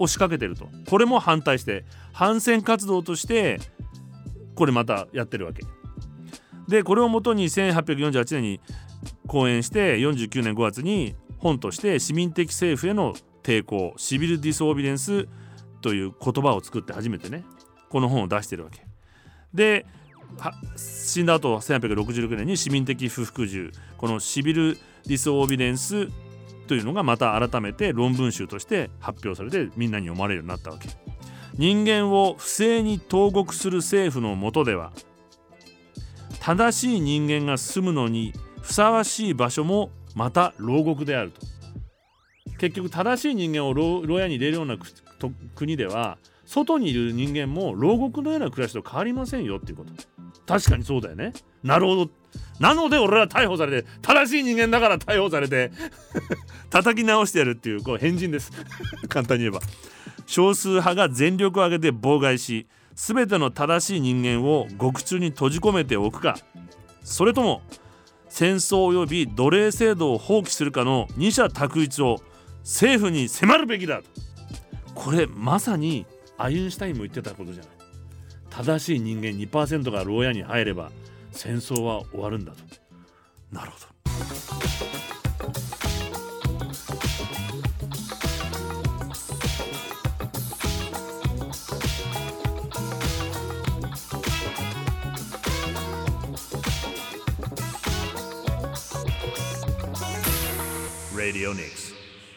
を仕掛けてると。これも反対して反戦活動としてこれまたやってるわけで、これをもとにせんはっぴゃくよんじゅうはちねんに講演してよんじゅうきゅうねんごがつに本として市民的政府への抵抗シビルディソービデンスという言葉を作って初めてねこの本を出してるわけで、死んだ後せんはっぴゃくろくじゅうろくねんに市民的不服従このシビルディソービデンスというのがまた改めて論文集として発表されてみんなに読まれるようになったわけ。人間を不正に投獄する政府の下では正しい人間が住むのにふさわしい場所もまた牢獄であると。結局正しい人間を牢屋に入れるような国では外にいる人間も牢獄のような暮らしと変わりませんよっていうこと。確かにそうだよね。なるほど。なので俺は逮捕されて正しい人間だから逮捕されて叩き直してやるっていうこう変人です簡単に言えば少数派が全力を挙げて妨害し全ての正しい人間を獄中に閉じ込めておくか、それとも戦争及び奴隷制度を放棄するかの二者択一を政府に迫るべきだと。これまさにアインシュタインも言ってたことじゃない。正しい人間 にパーセント が牢屋に入れば戦争は終わるんだと。なるほど。Radio Nix。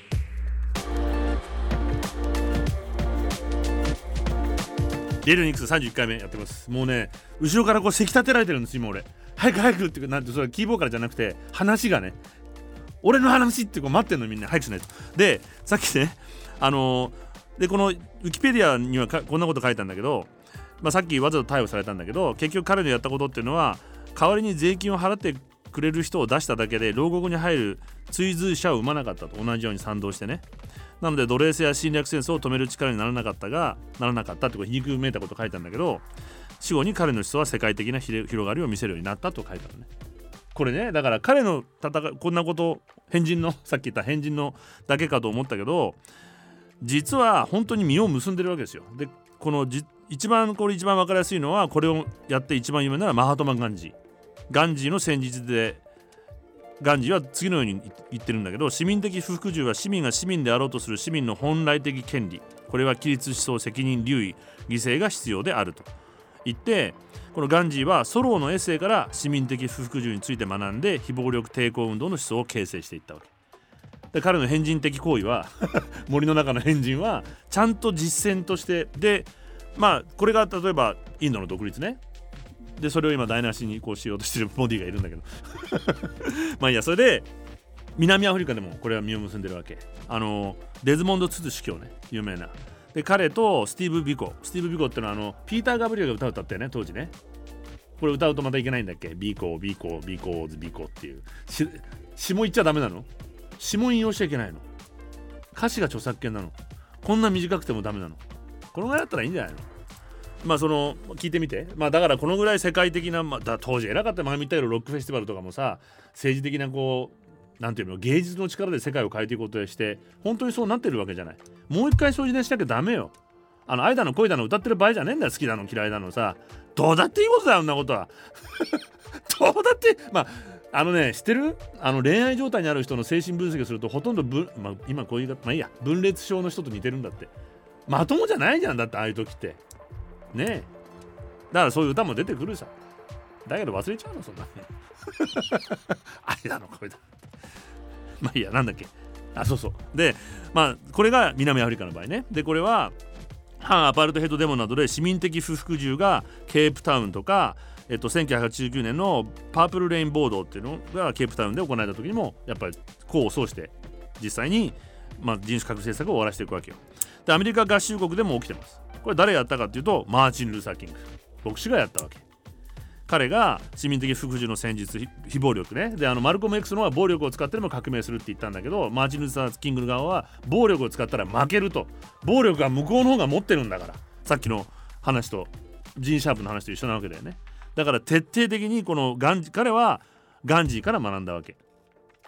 レディオニックスさんじゅういっかいめやってます。もうね後ろからこうせき立てられてるんです今俺。早く早くってなんてそれはキーボーからじゃなくて話がね俺の話ってこう待ってんのみんな早くしないと。でさっきねあのー、でこのウィキペディアにはこんなこと書いたんだけど、まあ、さっきわざと逮捕されたんだけど結局彼のやったことっていうのは代わりに税金を払ってくれる人を出しただけで牢獄に入る追随者を生まなかったと。同じように賛同してね。なので奴隷制や侵略戦争を止める力にならなかったがならなかったってこう皮肉めいたこと書いたんだけど、死後に彼の思想は世界的な広がりを見せるようになったと書いたのね。これねだから彼の戦いこんなこと変人のさっき言った変人のだけかと思ったけど実は本当に実を結んでるわけですよ。でこのじ一番これ一番分かりやすいのはこれをやって一番有名なのはマハトマ・ガンジー。ガンジーの戦術でガンジーは次のように言ってるんだけど、市民的不服従は市民が市民であろうとする市民の本来的権利、これは規律思想責任留意犠牲が必要であると言って、このガンジーはソローのエッセイから市民的不服従について学んで非暴力抵抗運動の思想を形成していったわけで、彼の変人的行為は森の中の変人はちゃんと実践としてで、まあこれが例えばインドの独立ね、でそれを今台無しにこうしようとしてるモディがいるんだけどまあいいや。それで南アフリカでもこれは実を結んでるわけ。あのデズモンド・ツツ司教ね、有名な。で彼とスティーブ・ビコスティーブ・ビコってのはあのピーター・ガブリエルが歌を歌ったよね当時ね。これ歌うとまたいけないんだっけ、ビコビコビコズビコっていうし下言っちゃダメなの、下引用しちゃいけないの、歌詞が著作権なの、こんな短くてもダメなの、このぐらいだったらいいんじゃないの。まあその聞いてみて、まあだからこのぐらい世界的な、まあ、だ当時偉かった前みたいなロックフェスティバルとかもさ、政治的なこうなんていうの芸術の力で世界を変えていくことでして本当にそうなってるわけじゃない。もう一回そういう時代しなきゃダメよ。あの愛だの恋だの歌ってる場合じゃねえんだよ。好きだの嫌いだのさ、どうだっていいことだよ、あんなことはどうだってまああのね知ってる、あの恋愛状態にある人の精神分析をするとほとんどぶ、まあ、今こういうまあいいや分裂症の人と似てるんだって。まともじゃないじゃんだってああいう時ってねえ。だからそういう歌も出てくるさ。だけど忘れちゃうのそんなの愛だの恋だまあいいや、なんだっけ、あそうそうでまあこれが南アフリカの場合ね。でこれは反アパルトヘイトデモなどで市民的不服従がケープタウンとか、えっと、せんきゅうひゃくはちじゅうきゅうねんのパープルレイン暴動っていうのがケープタウンで行われた時にもやっぱり功を奏して実際に、まあ、人種隔離政策を終わらせていくわけよ。でアメリカ合衆国でも起きてます。これ誰がやったかっていうとマーチン・ルーサー・キング牧師がやったわけ。彼が市民的不服従の戦術、非暴力ね。であのマルコム X のは暴力を使ってでも革命するって言ったんだけど、マーチン・ルーサー・キングの側は暴力を使ったら負けると。暴力は向こうの方が持ってるんだから。さっきの話とジーン・シャープの話と一緒なわけだよね。だから徹底的にこのガンジ彼はガンジーから学んだわけ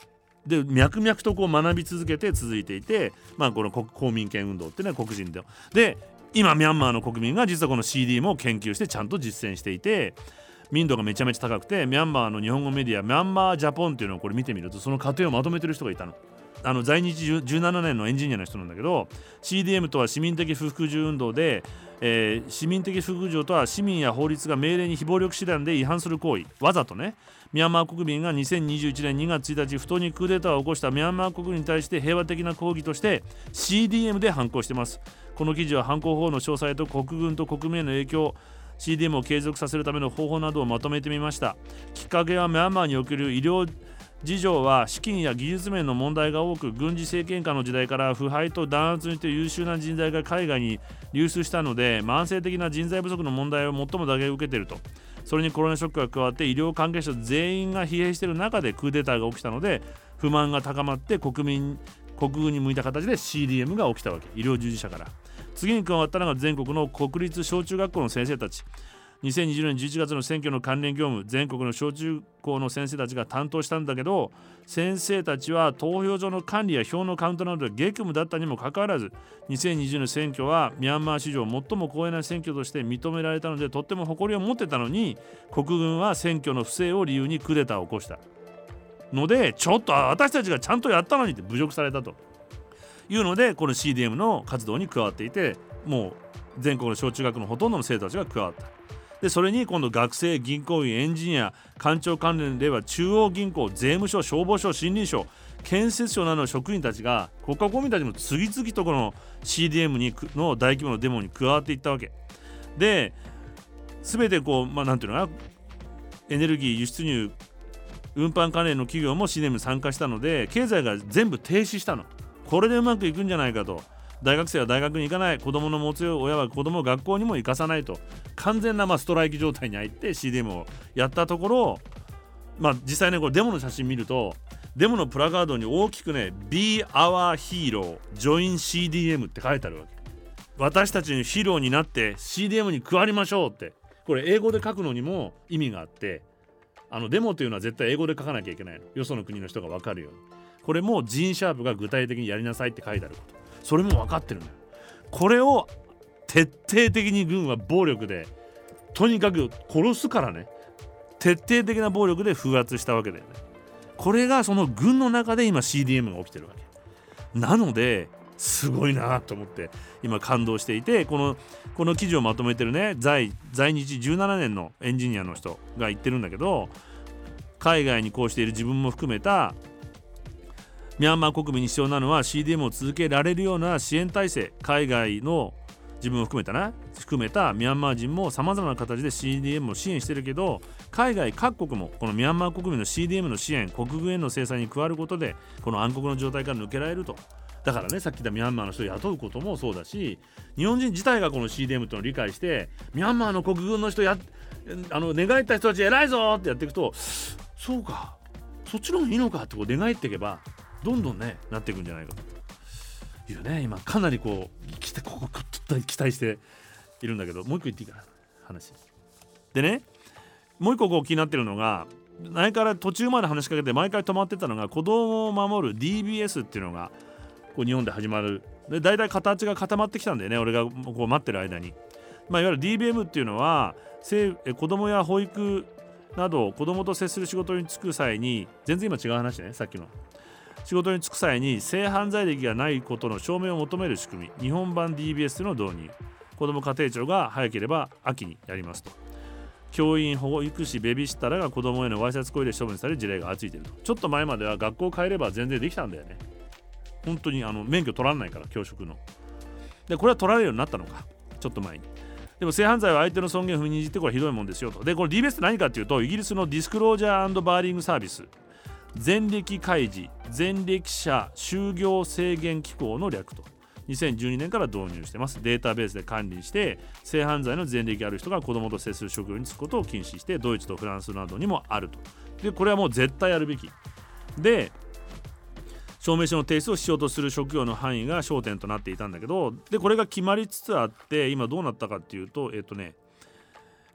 で脈々とこう学び続けて続いていて、まあ、この公民権運動っていうのは黒人でで今ミャンマーの国民が実はこの シーディーエム を研究してちゃんと実践していて、民度がめちゃめちゃ高くて、ミャンマーの日本語メディアミャンマージャポンっていうのをこれ見てみると、その過程をまとめてる人がいたの。あの在日じゅうななねんのエンジニアの人なんだけど、 シーディーエム とは市民的不服従運動で、えー、市民的不服従とは市民や法律が命令に非暴力手段で違反する行為、わざとね、ミャンマー国民がにせんにじゅういちねんにがつついたち不当にクーデターを起こしたミャンマー国民に対して平和的な抗議として シーディーエム で反抗しています。この記事は犯行法の詳細と国軍と国民への影響、 シーディーエム を継続させるための方法などをまとめてみました。きっかけはミャンマーにおける医療事情は資金や技術面の問題が多く、軍事政権下の時代から腐敗と弾圧によって優秀な人材が海外に流出したので、慢性的な人材不足の問題を最も打撃を受けていると。それにコロナショックが加わって医療関係者全員が疲弊している中でクーデターが起きたので、不満が高まって国民国軍に向いた形で シーディーエム が起きたわけ。医療従事者から次に加わったのが全国の国立小中学校の先生たち。にせんにじゅうねんじゅういちがつの選挙の関連業務、全国の小中高の先生たちが担当したんだけど、先生たちは投票所の管理や票のカウントなどで激務だったにもかかわらず、にせんにじゅうねんの選挙はミャンマー史上最も公平な選挙として認められたので、とっても誇りを持ってたのに、国軍は選挙の不正を理由にクーデターを起こしたので、ちょっと私たちがちゃんとやったのにって侮辱されたというので、この シーディーエム の活動に加わっていて、もう全国の小中学のほとんどの生徒たちが加わった。でそれに今度学生、銀行員、エンジニア、官庁関連では中央銀行、税務署、消防署、森林省、建設省などの職員たちが、国家公務員たちも次々とこの シーディーエム にの大規模なデモに加わっていったわけで、全てこう、まあ、なんていうのかな、エネルギー、輸出入、運搬関連の企業も シーディーエム に参加したので、経済が全部停止したの。これでうまくいくんじゃないかと。大学生は大学に行かない、子供の持つ親は子供を学校にも行かさないと、完全なまあストライキ状態に入って シーディーエム をやったところ、まあ、実際ね、これデモの写真見ると、デモのプラカードに大きくね Be our hero Join シーディーエム って書いてあるわけ。私たちのヒーローになって シーディーエム に加わりましょうって。これ英語で書くのにも意味があって、あのデモというのは絶対英語で書かなきゃいけないの、よその国の人が分かるように。これもジーン・シャープが具体的にやりなさいって書いてあること、それも分かってるんだよ。これを徹底的に軍は暴力でとにかく殺すからね、徹底的な暴力で風圧したわけだよね。これがその軍の中で今 シーディーエム が起きてるわけなので、すごいなと思って今感動していて、このこの記事をまとめてるね、在在日じゅうななねんのエンジニアの人が言ってるんだけど、海外にこうしている自分も含めたミャンマー国民に必要なのは シーディーエム を続けられるような支援体制、海外の自分を含めたな含めたミャンマー人もさまざまな形で シーディーエム を支援してるけど、海外各国もこのミャンマー国民の シーディーエム の支援、国軍への制裁に加わることでこの暗黒の状態から抜けられると。だからね、さっき言ったミャンマーの人を雇うこともそうだし、日本人自体がこの シーディーエム というのを理解して、ミャンマーの国軍の人やあの寝返った人たち偉いぞってやっていくと、そうかそっちの方がいいのかってこう寝返っていけばどんどんねなっていくんじゃないかというね、今かなりこう期待ここ期待しているんだけど、もう一個言っていいかな話でね、もう一個こう気になってるのが、前から途中まで話しかけて毎回止まってたのが、子供を守る ディービーエス っていうのがこう日本で始まる。でだいたい形が固まってきたんだよね、俺がこう待ってる間に。まあ、いわゆる ディービーエム っていうのは子供や保育など子供と接する仕事に就く際に、全然今違う話ね、さっきの仕事に就く際に性犯罪歴がないことの証明を求める仕組み、日本版 ディービーエス の導入、子ども家庭庁が早ければ秋にやりますと。教員、保育士、ベビーシッターらが子どもへのわいせつ行為で処分される事例が相次いでいると。ちょっと前までは学校を変えれば全然できたんだよね。本当にあの免許取られないから、教職の。でこれは取られるようになったのか、ちょっと前に。でも性犯罪は相手の尊厳を踏みにじって、これひどいもんですよと。でこれ ディービーエス って何かっていうと、イギリスのディスクロージャー&バーリングサービス、前歴開示前歴者就業制限機構の略と、にせんじゅうにねんから導入してます。データベースで管理して、性犯罪の前歴ある人が子供と接する職業に就くことを禁止して、ドイツとフランスなどにもあると。でこれはもう絶対やるべきで、証明書の提出をしようとする職業の範囲が焦点となっていたんだけど、でこれが決まりつつあって、今どうなったかっていうと、えっとね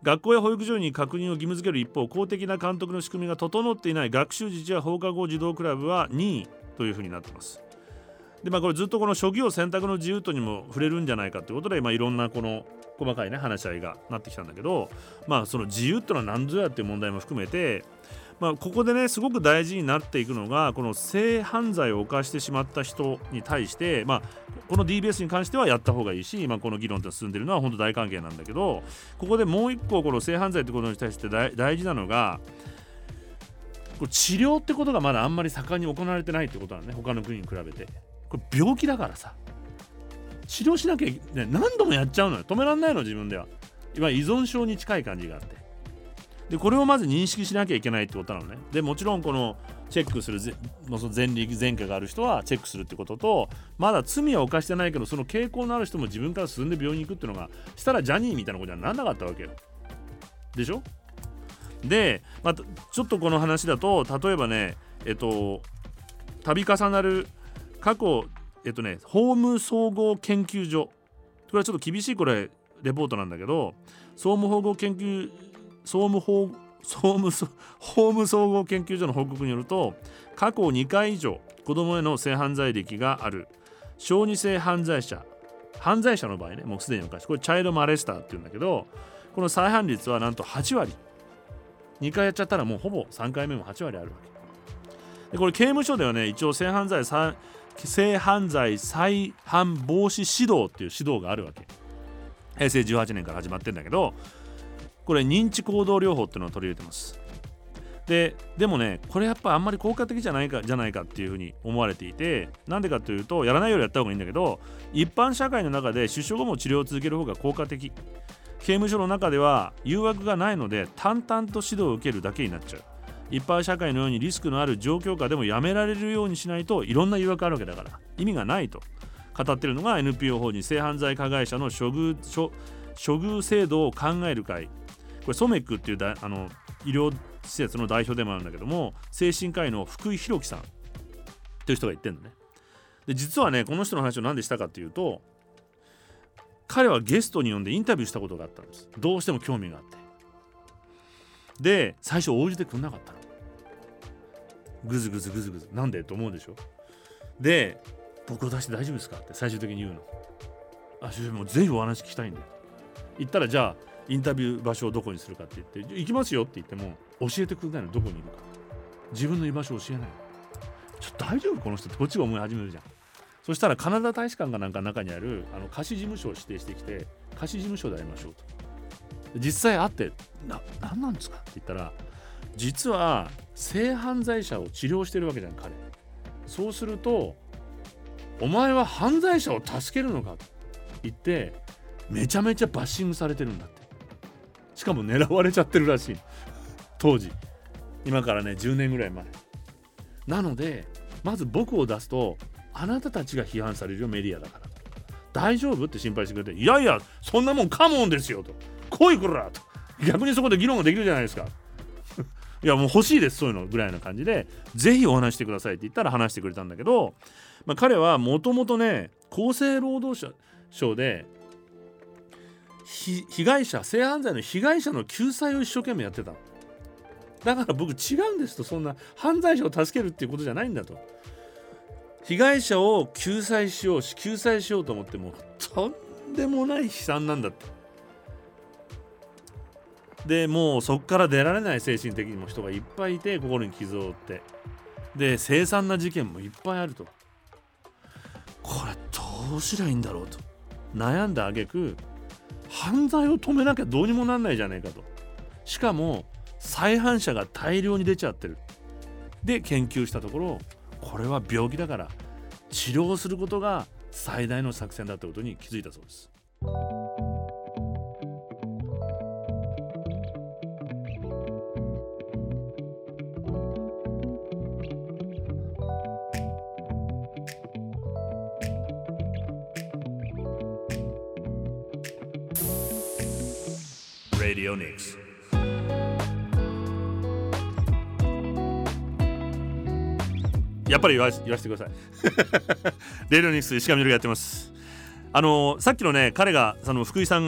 学校や保育所に確認を義務付ける一方、公的な監督の仕組みが整っていない学習自治や放課後児童クラブはにいというふうになっています。で、まあ、これずっとこの職業選択の自由度にも触れるんじゃないかということで、まあ、いろんなこの細かいね話し合いがなってきたんだけど、まあその自由ってのは何ぞやっていう問題も含めて、まあ、ここでねすごく大事になっていくのが、この性犯罪を犯してしまった人に対して、まあ、この ディービーエス に関してはやった方がいいし、まあ、この議論って進んでいるのは本当大歓迎なんだけど、ここでもう一個この性犯罪ってことに対して大, 大事なのが、これ治療ってことがまだあんまり盛んに行われてないってことなんね、他の国に比べて。これ病気だからさ、治療しなきゃいけない、ね、何度もやっちゃうのよ。止めらんないの、自分では。今依存症に近い感じがあって、でこれをまず認識しなきゃいけないってことなのね。でもちろんこのチェックする前歴前科がある人はチェックするってことと、まだ罪は犯してないけどその傾向のある人も自分から進んで病院に行くっていうのがしたらジャニーみたいなことにはなんなかったわけよ。でしょ。で、まあ、ちょっとこの話だと、例えばねえっと度重なる過去えっとね法務総合研究所、これはちょっと厳しいこれレポートなんだけど、総務総合研究総務法総務法務総合研究所の報告によると、過去にかい以上子どもへの性犯罪歴がある小児性犯罪者犯罪者の場合ね、もうすでに犯して、これチャイルドマレスターっていうんだけど、この再犯率はなんとはちわり、にかいやっちゃったらもうほぼさんかいめもはちわりあるわけで、これ刑務所ではね一応性犯罪性犯罪再犯防止指導っていう指導があるわけ。へいせいじゅうはちねんから始まってるんだけど、これ認知行動療法っていうのを取り入れてます。で、でもねこれやっぱあんまり効果的じゃないかじゃないかっていうふうに思われていて、なんでかというと、やらないよりやった方がいいんだけど、一般社会の中で出所後も治療を続ける方が効果的。刑務所の中では誘惑がないので淡々と指導を受けるだけになっちゃう。一般社会のようにリスクのある状況下でもやめられるようにしないといろんな誘惑あるわけだから意味がないと語っているのが エヌピーオー 法人性犯罪加害者の処遇、処、処遇制度を考える会、これソメックっていうだあの医療施設の代表でもあるんだけども、精神科医の福井宏樹さんという人が言ってるのね。で実はねこの人の話を何でしたかっていうと、彼はゲストに呼んでインタビューしたことがあったんです。どうしても興味があって、で最初応じてくんなかったの。グズグズグズグズなんでと思うでしょ。で僕を出して大丈夫ですかって最終的に言うの。あ、先生もうぜひお話聞きたいんで。言ったら、じゃあインタビュー場所をどこにするかって言って、行きますよって言っても教えてくれないの、どこにいるか。自分の居場所を教えないの。ちょっと大丈夫この人ってこっちが思い始めるじゃん。そしたらカナダ大使館がなんか中にあるあの貸し事務所を指定してきて、貸し事務所で会いましょうと。実際会ってな、何なんですかって言ったら、実は性犯罪者を治療してるわけじゃん彼。そうするとお前は犯罪者を助けるのかと言ってめちゃめちゃバッシングされてるんだって。しかも狙われちゃってるらしい当時。今からねじゅうねんぐらい前なので、まず僕を出すとあなたたちが批判されるよ、メディアだから。大丈夫って心配してくれて、いやいやそんなもんカモンですよと、来いこらと、逆にそこで議論ができるじゃないですかいやもう欲しいですそういうのぐらいな感じで、ぜひお話してくださいって言ったら話してくれたんだけど、まあ、彼はもともとね厚生労働省で被害者性犯罪の被害者の救済を一生懸命やってたの。だから僕違うんですと、そんな犯罪者を助けるっていうことじゃないんだと。被害者を救済しようし救済しようと思ってもとんでもない悲惨なんだって。でもうそこから出られない精神的にも人がいっぱいいて、心に傷を負って、で凄惨な事件もいっぱいあると。これどうすりゃいいんだろうと悩んだ挙句、犯罪を止めなきゃどうにもなんないじゃないかと。しかも再犯者が大量に出ちゃってる。で研究したところ、これは病気だから治療することが最大の作戦だったことに気づいたそうです。Radio Nix。やっぱり言わ言わせてくださいレディオニクス石上瑠がやってます。あのー、さっきのね彼がその福井さんが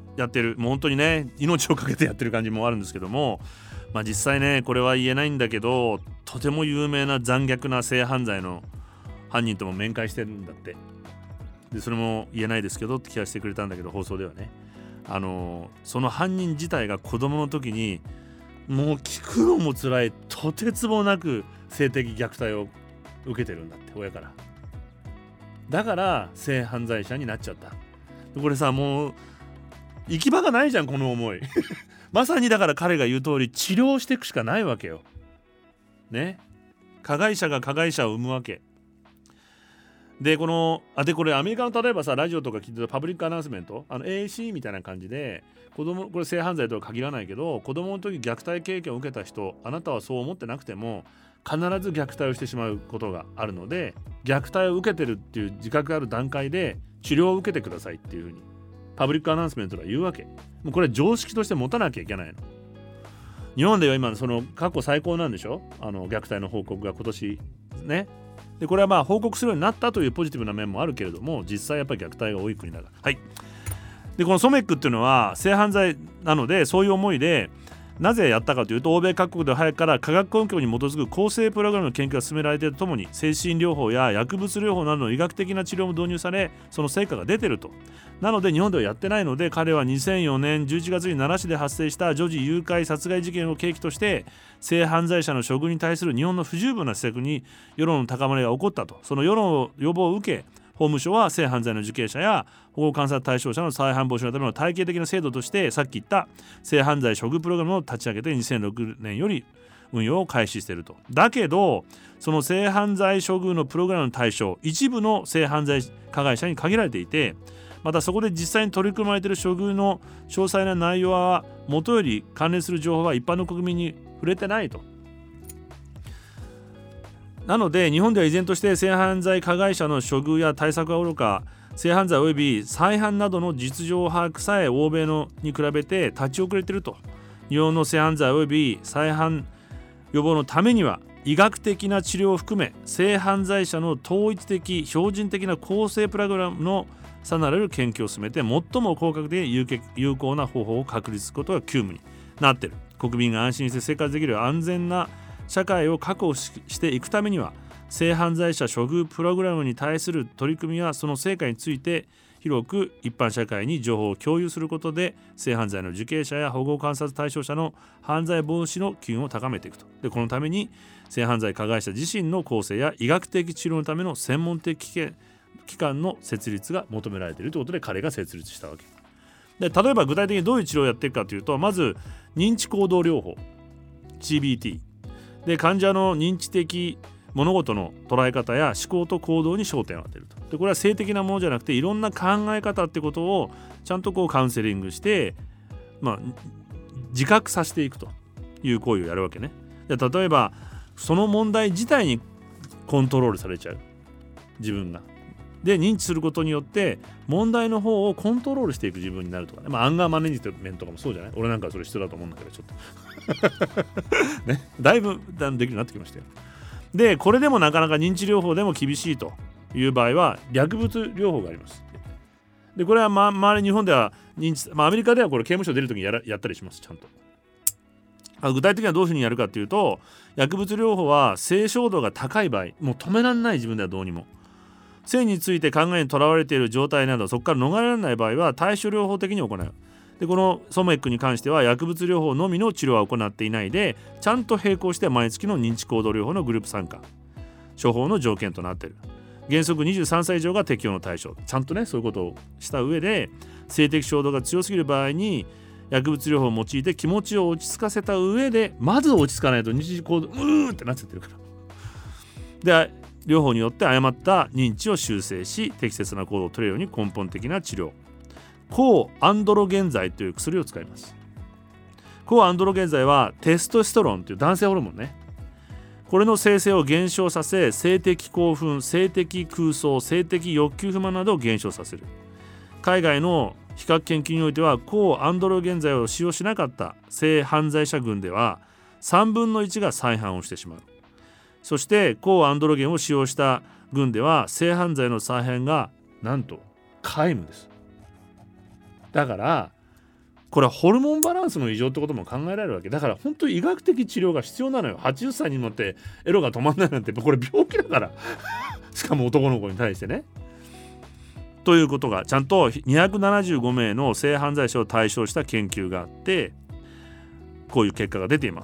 やってる、もう本当にね命をかけてやってる感じもあるんですけども、まあ実際ねこれは言えないんだけど、とても有名な残虐な性犯罪の犯人とも面会してるんだって。でそれも言えないですけどって聞かせてくれたんだけど、放送ではね、あのその犯人自体が子供の時にもう聞くのも辛いとてつもなく性的虐待を受けてるんだって、親から。だから性犯罪者になっちゃった。これさ、もう行き場がないじゃんこの思いまさにだから彼が言う通り治療していくしかないわけよね。加害者が加害者を生むわけで、このあでこれアメリカの例えばさラジオとか聞いてたパブリックアナウンスメント、あの エーシー みたいな感じで子供、これ性犯罪とは限らないけど、子供の時虐待経験を受けた人、あなたはそう思ってなくても必ず虐待をしてしまうことがあるので、虐待を受けてるっていう自覚がある段階で治療を受けてくださいっていうふうにパブリックアナウンスメントが言うわけ。もうこれ常識として持たなきゃいけないの。日本では今その過去最高なんでしょ、あの虐待の報告が今年ね。でこれはまあ報告するようになったというポジティブな面もあるけれども、実際やっぱり虐待が多い国だから。はい。でこのソメックっていうのは性犯罪なので、そういう思いでなぜやったかというと、欧米各国では早くから科学根拠に基づく更生プログラムの研究が進められているとともに、精神療法や薬物療法などの医学的な治療も導入され、その成果が出ていると。なので日本ではやってないので、彼はにせんよねんじゅういちがつに奈良市で発生した女児誘拐殺害事件を契機として、性犯罪者の処遇に対する日本の不十分な施策に世論の高まりが起こったと。その世論を予防を受け、法務省は性犯罪の受刑者や保護観察対象者の再犯防止のための体系的な制度として、さっき言った性犯罪処遇プログラムを立ち上げてにせんろくねんより運用を開始していると。だけどその性犯罪処遇のプログラムの対象、一部の性犯罪加害者に限られていて、またそこで実際に取り組まれている処遇の詳細な内容はもとより関連する情報は一般の国民に触れてないと。なので日本では依然として性犯罪加害者の処遇や対策はおろか、性犯罪及び再犯などの実情把握さえ欧米のに比べて立ち遅れていると。日本の性犯罪及び再犯予防のためには、医学的な治療を含め性犯罪者の統一的標準的な更生プログラムのさらなる研究を進めて、最も効果的で有効な方法を確立することが急務になっている。国民が安心して生活できる安全な社会を確保していくためには、性犯罪者処遇プログラムに対する取り組みやその成果について広く一般社会に情報を共有することで、性犯罪の受刑者や保護観察対象者の犯罪防止の機運を高めていくと。でこのために性犯罪加害者自身の更生や医学的治療のための専門的機関の設立が求められているということで、彼が設立したわけで、例えば具体的にどういう治療をやっていくかというと、まず認知行動療法 シービーティー で、患者の認知的物事の捉え方や思考と行動に焦点を当てると。でこれは性的なものじゃなくて、いろんな考え方ってことをちゃんとこうカウンセリングして、まあ、自覚させていくという行為をやるわけね。で例えばその問題自体にコントロールされちゃう自分が。で認知することによって問題の方をコントロールしていく自分になるとかね。まあアンガーマネジメントとかもそうじゃない。俺なんかそれ必要だと思うんだけど、ちょっとね、だいぶだんできるようになってきましたよ。でこれでもなかなか認知療法でも厳しいという場合は薬物療法があります。でこれはま周り日本では認知、まあ、アメリカではこれ刑務所出るときにやらやったりします。ちゃんとあ具体的にはどういうふうにやるかというと、薬物療法は性衝動が高い場合、もう止められない自分ではどうにも、性について考えにとらわれている状態などそこから逃れられない場合は対処療法的に行う。でこのソメックに関しては薬物療法のみの治療は行っていないで、ちゃんと並行して毎月の認知行動療法のグループ参加、処方の条件となっている。原則にじゅうさんさい以上が適用の対象、ちゃんとねそういうことをした上で、性的衝動が強すぎる場合に薬物療法を用いて気持ちを落ち着かせた上で、まず落ち着かないと日常行動うーってなっちゃってるからで療法によって誤った認知を修正し、適切な行動を取れるように根本的な治療、抗アンドロゲン剤という薬を使います。抗アンドロゲン剤はテストステロンという男性ホルモンね、これの生成を減少させ、性的興奮、性的空想、性的欲求不満などを減少させる。海外の比較研究においては、抗アンドロゲン剤を使用しなかった性犯罪者群ではさんぶんのいちが再犯をしてしまう。そして抗アンドロゲンを使用した群では性犯罪の再犯がなんと皆無です。だからこれはホルモンバランスの異常ってことも考えられるわけだから、本当に医学的治療が必要なのよ。はちじゅっさいになってエロが止まんないなんてこれ病気だからしかも男の子に対してね。ということがちゃんとにひゃくななじゅうごめいの性犯罪者を対象した研究があって、こういう結果が出ています。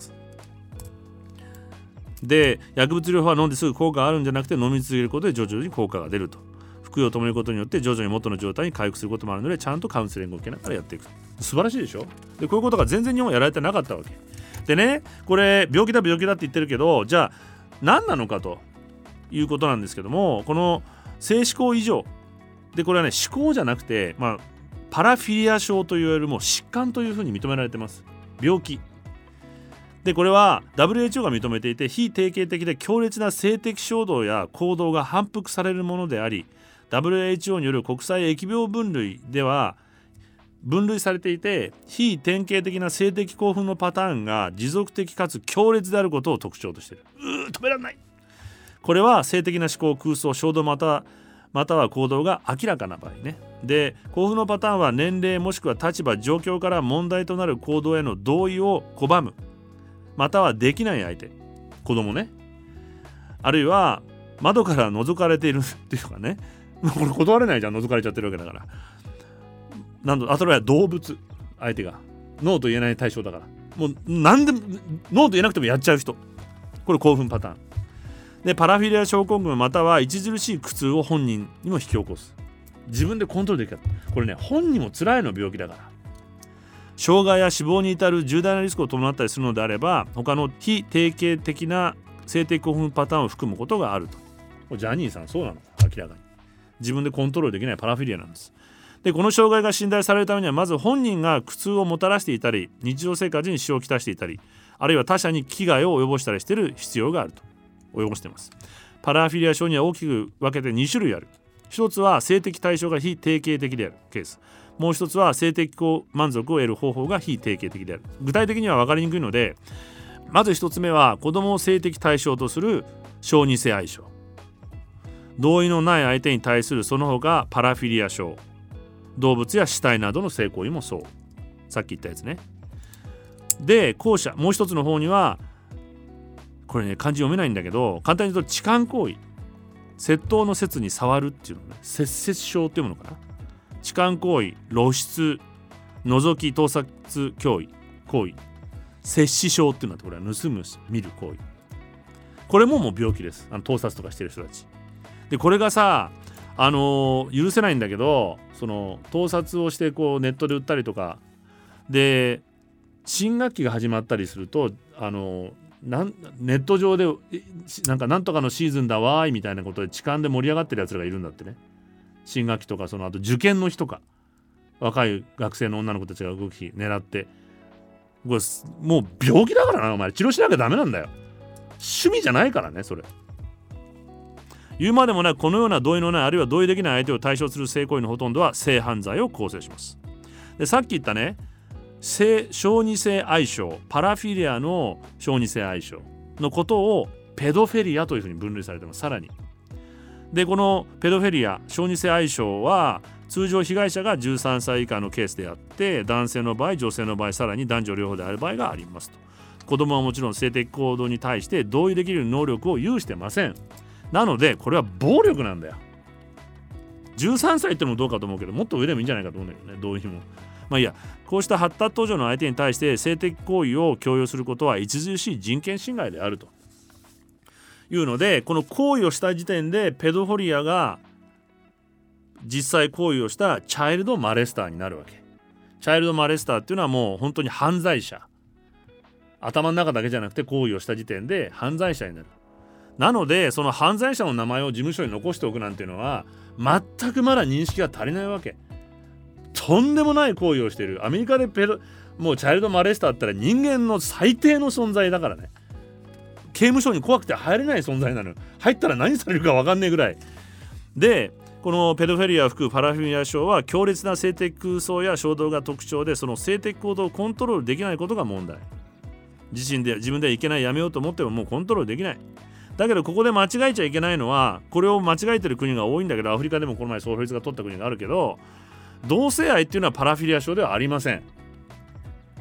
で、薬物療法は飲んですぐ効果があるんじゃなくて、飲み続けることで徐々に効果が出ると。服用を止めることによって徐々に元の状態に回復することもあるので、ちゃんとカウンセリングを受けながらやっていく。素晴らしいでしょ。で、こういうことが全然日本はやられてなかったわけでね。これ病気だ病気だって言ってるけど、じゃあ何なのかということなんですけども、この性嗜好異常で、これはね、嗜好じゃなくて、まあ、パラフィリア症といわれるもう疾患というふうに認められてます。病気で、これは ダブリューエイチオー が認めていて、非定型的で強烈な性的衝動や行動が反復されるものであり、 ダブリューエイチオー による国際疫病分類では分類されていて、非典型的な性的興奮のパターンが持続的かつ強烈であることを特徴としている。うー止められない。これは性的な思考、空想、衝動またまたは行動が明らかな場合ね。で、興奮のパターンは年齢もしくは立場、状況から問題となる行動への同意を拒む、またはできない相手、子供ね、あるいは窓から覗かれているっていうかね、これ断れないじゃん、覗かれちゃってるわけだから。なんとあとは動物、相手がノーと言えない対象だから、もう何でもノーと言えなくてもやっちゃう人、これ興奮パターンで、パラフィリア症候群または著しい苦痛を本人にも引き起こす。自分でコントロールできる。これね、本人も辛いの病気だから。障害や死亡に至る重大なリスクを伴ったりするのであれば、他の非定型的な性的興奮パターンを含むことがあると。これジャニーさんそうなの、明らかに自分でコントロールできないパラフィリアなんです。で、この障害が診断されるためには、まず本人が苦痛をもたらしていたり、日常生活に支障をきたしていたり、あるいは他者に危害を及ぼしたりしている必要があると。及ぼしています。パラフィリア症には大きく分けてに種類ある。一つは性的対象が非定型的であるケース。もう一つは性的満足を得る方法が非定型的である。具体的には分かりにくいので、まず一つ目は子供を性的対象とする小児性愛症。同意のない相手に対するその他パラフィリア症。動物や死体などの性行為もそう。さっき言ったやつね。で、後者もう一つの方には、これね、漢字読めないんだけど、簡単に言うと痴漢行為、窃盗の説に触るっていうのね、窃窃症っていうものかな。痴漢行為、露出、覗き、盗撮行為、行為、窃視症っていうのは、これは盗む、見る行為。これももう病気です。あの盗撮とかしてる人たちで、これがさ、あのー、許せないんだけど、その盗撮をしてこうネットで売ったりとかで、新学期が始まったりすると、あのーなんネット上でなんかなんとかのシーズンだわーいみたいなことで痴漢で盛り上がってるやつらがいるんだってね。新学期とか、その後受験の日とか、若い学生の女の子たちが動き狙って、これもう病気だからな、お前治療しなきゃダメなんだよ。趣味じゃないからね、それ。言うまでもない、このような同意のない、あるいは同意できない相手を対象する性行為のほとんどは性犯罪を構成します。で、さっき言ったね、性小児性愛症、パラフィリアの小児性愛症のことをペドフェリアというふうに分類されています。さらにで、このペドフェリア小児性愛症は通常被害者がじゅうさんさい以下のケースであって、男性の場合、女性の場合、さらに男女両方である場合がありますと。子供はもちろん性的行動に対して同意できる能力を有してません。なのでこれは暴力なんだよ。じゅうさんさいってのもどうかと思うけど、もっと上でもいいんじゃないかと思うんだけどね、同意も。まあいいや、こうした発達途上の相手に対して性的行為を強要することは著しい人権侵害であるというので、この行為をした時点でペドフォリアが実際行為をしたチャイルドマレスターになるわけ。チャイルドマレスターっていうのはもう本当に犯罪者、頭の中だけじゃなくて行為をした時点で犯罪者になる。なのでその犯罪者の名前を事務所に残しておくなんていうのは全くまだ認識が足りないわけ。とんでもない行為をしている。アメリカでペドもうチャイルドマレスターって言ったら人間の最低の存在だからね。刑務所に怖くて入れない存在なの。入ったら何されるか分かんないぐらいで、このペドフェリアを含むパラフィリア症は強烈な性的空想や衝動が特徴で、その性的行動をコントロールできないことが問題。自身で自分ではいけない、やめようと思ってももうコントロールできない。だけどここで間違えちゃいけないのは、これを間違えてる国が多いんだけど、アフリカでもこの前そう法律が取った国があるけど、同性愛っていうのはパラフィリア症ではありません。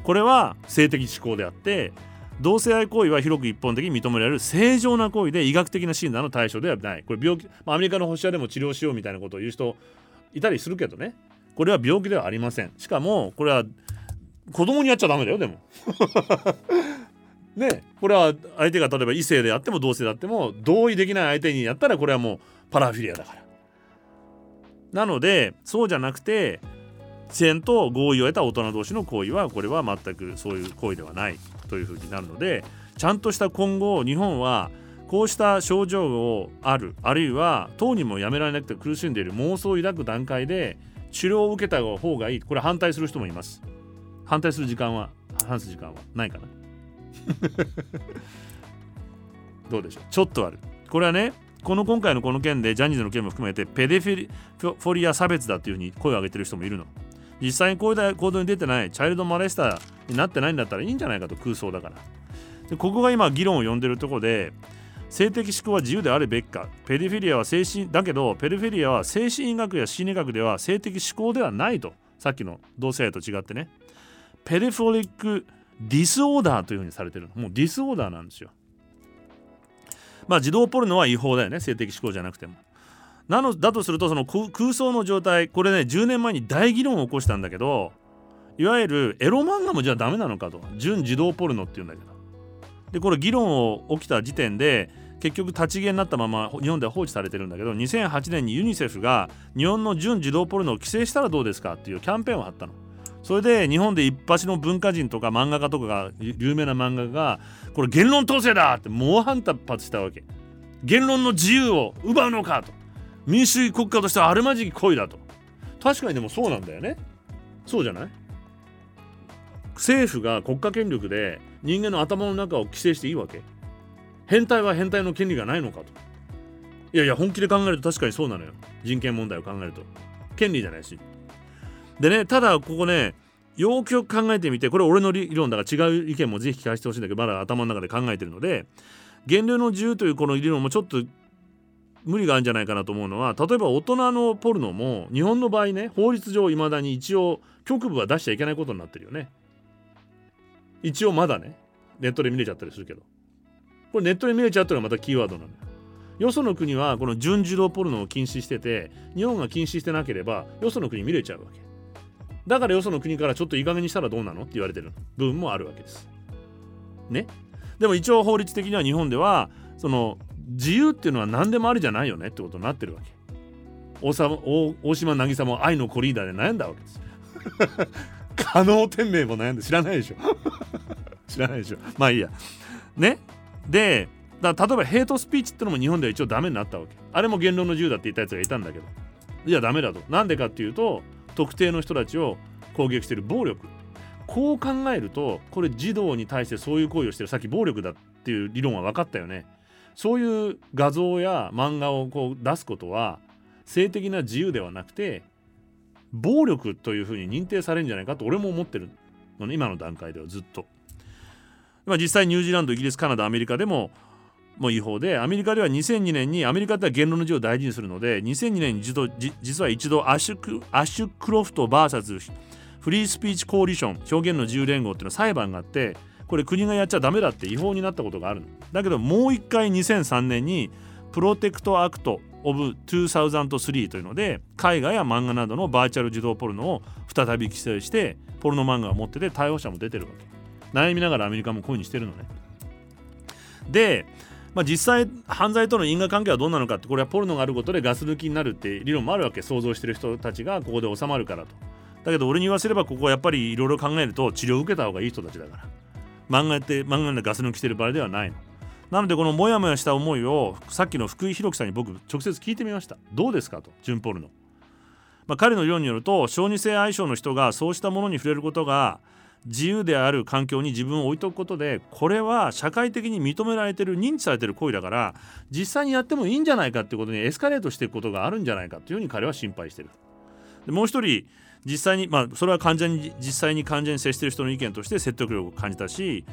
これは性的指向であって、同性愛行為は広く一般的に認められる正常な行為で医学的な診断の対象ではない。これ病気、アメリカの保守者でも治療しようみたいなことを言う人いたりするけどね、これは病気ではありません。しかもこれは子供にやっちゃダメだよ。でもね、これは相手が例えば異性であっても同性であっても同意できない相手にやったらこれはもうパラフィリアだから。なのでそうじゃなくて、自然と合意を得た大人同士の行為はこれは全くそういう行為ではないというふうになるので、ちゃんとした今後日本はこうした症状をある、あるいは当にもやめられなくて苦しんでいる妄想を抱く段階で治療を受けた方がいい。これ反対する人もいます。反対する時間は話す時間はないかなどうでしょう。ちょっとある。これはね、この今回のこの件でジャニーズの件も含めてペデフィリフォリア差別だというふうに声を上げてる人もいるの。実際にこういう行動に出てない、チャイルドマレスターになってないんだったらいいんじゃないかと、空想だから。でここが今議論を呼んでるところで、性的指向は自由であるべきか。ペデフィリアは精神だけど、ペデフィリアは精神医学や心理学では性的指向ではないと。さっきの同性愛と違ってね、ペデフォリックディスオーダーというふうにされてる。もうディスオーダーなんですよ。まあ児童ポルノは違法だよね、性的指向じゃなくても。なのだとすると、その空想の状態、これねじゅうねんまえに大議論を起こしたんだけど、いわゆるエロ漫画もじゃあダメなのかと、純児童ポルノっていうんだけど、でこれ議論を起きた時点で結局立ち消えになったまま日本では放置されてるんだけど、にせんはちねんにユニセフが日本の純児童ポルノを規制したらどうですかっていうキャンペーンを張ったの。それで日本で一発の文化人とか漫画家とかが、有名な漫画家がこれ言論統制だって猛反発したわけ。言論の自由を奪うのかと、民主主義国家としてはあるまじき行為だと。確かにでもそうなんだよね。そうじゃない？政府が国家権力で人間の頭の中を規制していいわけ？変態は変態の権利がないのかと。いやいや、本気で考えると確かにそうなのよ。人権問題を考えると権利じゃないし。でね、ただここね、よくよく考えてみて、これ俺の理論だから違う意見もぜひ聞かせてほしいんだけど、まだ頭の中で考えてるので、言論の自由というこの理論もちょっと無理があるんじゃないかなと思うのは、例えば大人のポルノも日本の場合ね、法律上いまだに一応局部は出しちゃいけないことになってるよね。一応まだね、ネットで見れちゃったりするけど、これネットで見れちゃうっていうのはまたキーワードなのよ。よその国はこの純児童ポルノを禁止してて、日本が禁止してなければよその国見れちゃうわけだから、よその国からちょっといい加減にしたらどうなのって言われてる部分もあるわけですね。でも一応法律的には日本ではその自由っていうのは何でもありじゃないよねってことになってるわけ。大さ大大島渚も愛のコリーダーで悩んだわけです加納天明も悩んで、知らないでしょ知らないでしょ。まあいいやね。でだ例えばヘイトスピーチってのも日本では一応ダメになったわけ。あれも言論の自由だって言ったやつがいたんだけど、いやダメだと。なんでかっていうと、特定の人たちを攻撃している暴力。こう考えると、これ児童に対してそういう行為をしてる、さっき暴力だっていう理論は分かったよね。そういう画像や漫画をこう出すことは性的な自由ではなくて暴力というふうに認定されるんじゃないかと俺も思ってるのね、今の段階ではずっと。まあ、実際ニュージーランド、イギリス、カナダ、アメリカでももう違法で、アメリカではにせんにねんに、アメリカでは言論の自由を大事にするので、にせんにねんに一度じ実は一度アッシュク、アッシュクロフト ブイエス フリースピーチコーリション、表現の自由連合っていうの裁判があって、これ国がやっちゃダメだって違法になったことがあるの。だけどもう一回にせんさんねんにプロテクトアクトオブにせんさんというので、絵画や漫画などのバーチャル児童ポルノを再び規制して、ポルノ漫画を持ってて逮捕者も出てるわけ。悩みながらアメリカもこういう風にしてるのね。で、まあ、実際犯罪との因果関係はどうなのかって、これはポルノがあることでガス抜きになるって理論もあるわけ。想像してる人たちがここで収まるからと。だけど俺に言わせれば、ここはやっぱりいろいろ考えると治療を受けた方がいい人たちだから、漫画やって漫画でガス抜きしてる場合ではないの。なのでこのモヤモヤした思いをさっきの福井宏樹さんに僕直接聞いてみました。どうですかと、純ポルノ。まあ、彼の理論によると、小児性愛症の人がそうしたものに触れることが自由である環境に自分を置いとくことで、これは社会的に認められてる、認知されてる行為だから、実際にやってもいいんじゃないかっていうことにエスカレートしていくことがあるんじゃないかというふうに彼は心配してる。でもう一人、実際に、まあ、それは患者に実際に患者に接している人の意見として説得力を感じたし、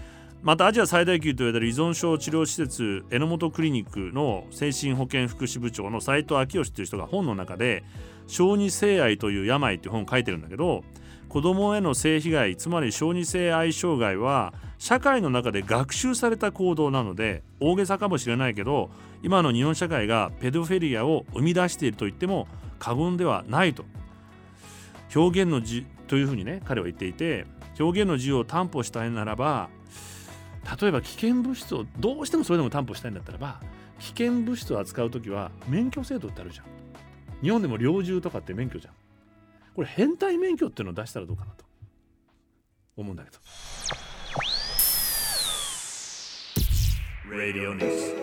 またアジア最大級と言われる依存症治療施設榎本クリニックの精神保健福祉部長の斉藤昭義という人が本の中で小児性愛という病っていう本を書いてるんだけど、子供への性被害、つまり小児性愛障害は社会の中で学習された行動なので、大げさかもしれないけど今の日本社会がペドフィリアを生み出していると言っても過言ではないと、表現の自というふうにね彼は言っていて、表現の自由を担保したいならば、例えば危険物質をどうしてもそれでも担保したいんだったらば、危険物質を扱うときは免許制度ってあるじゃん。日本でも猟銃とかって免許じゃん。これ変態免許っていうのを出したらどうかなと思うんだけど。Radio News。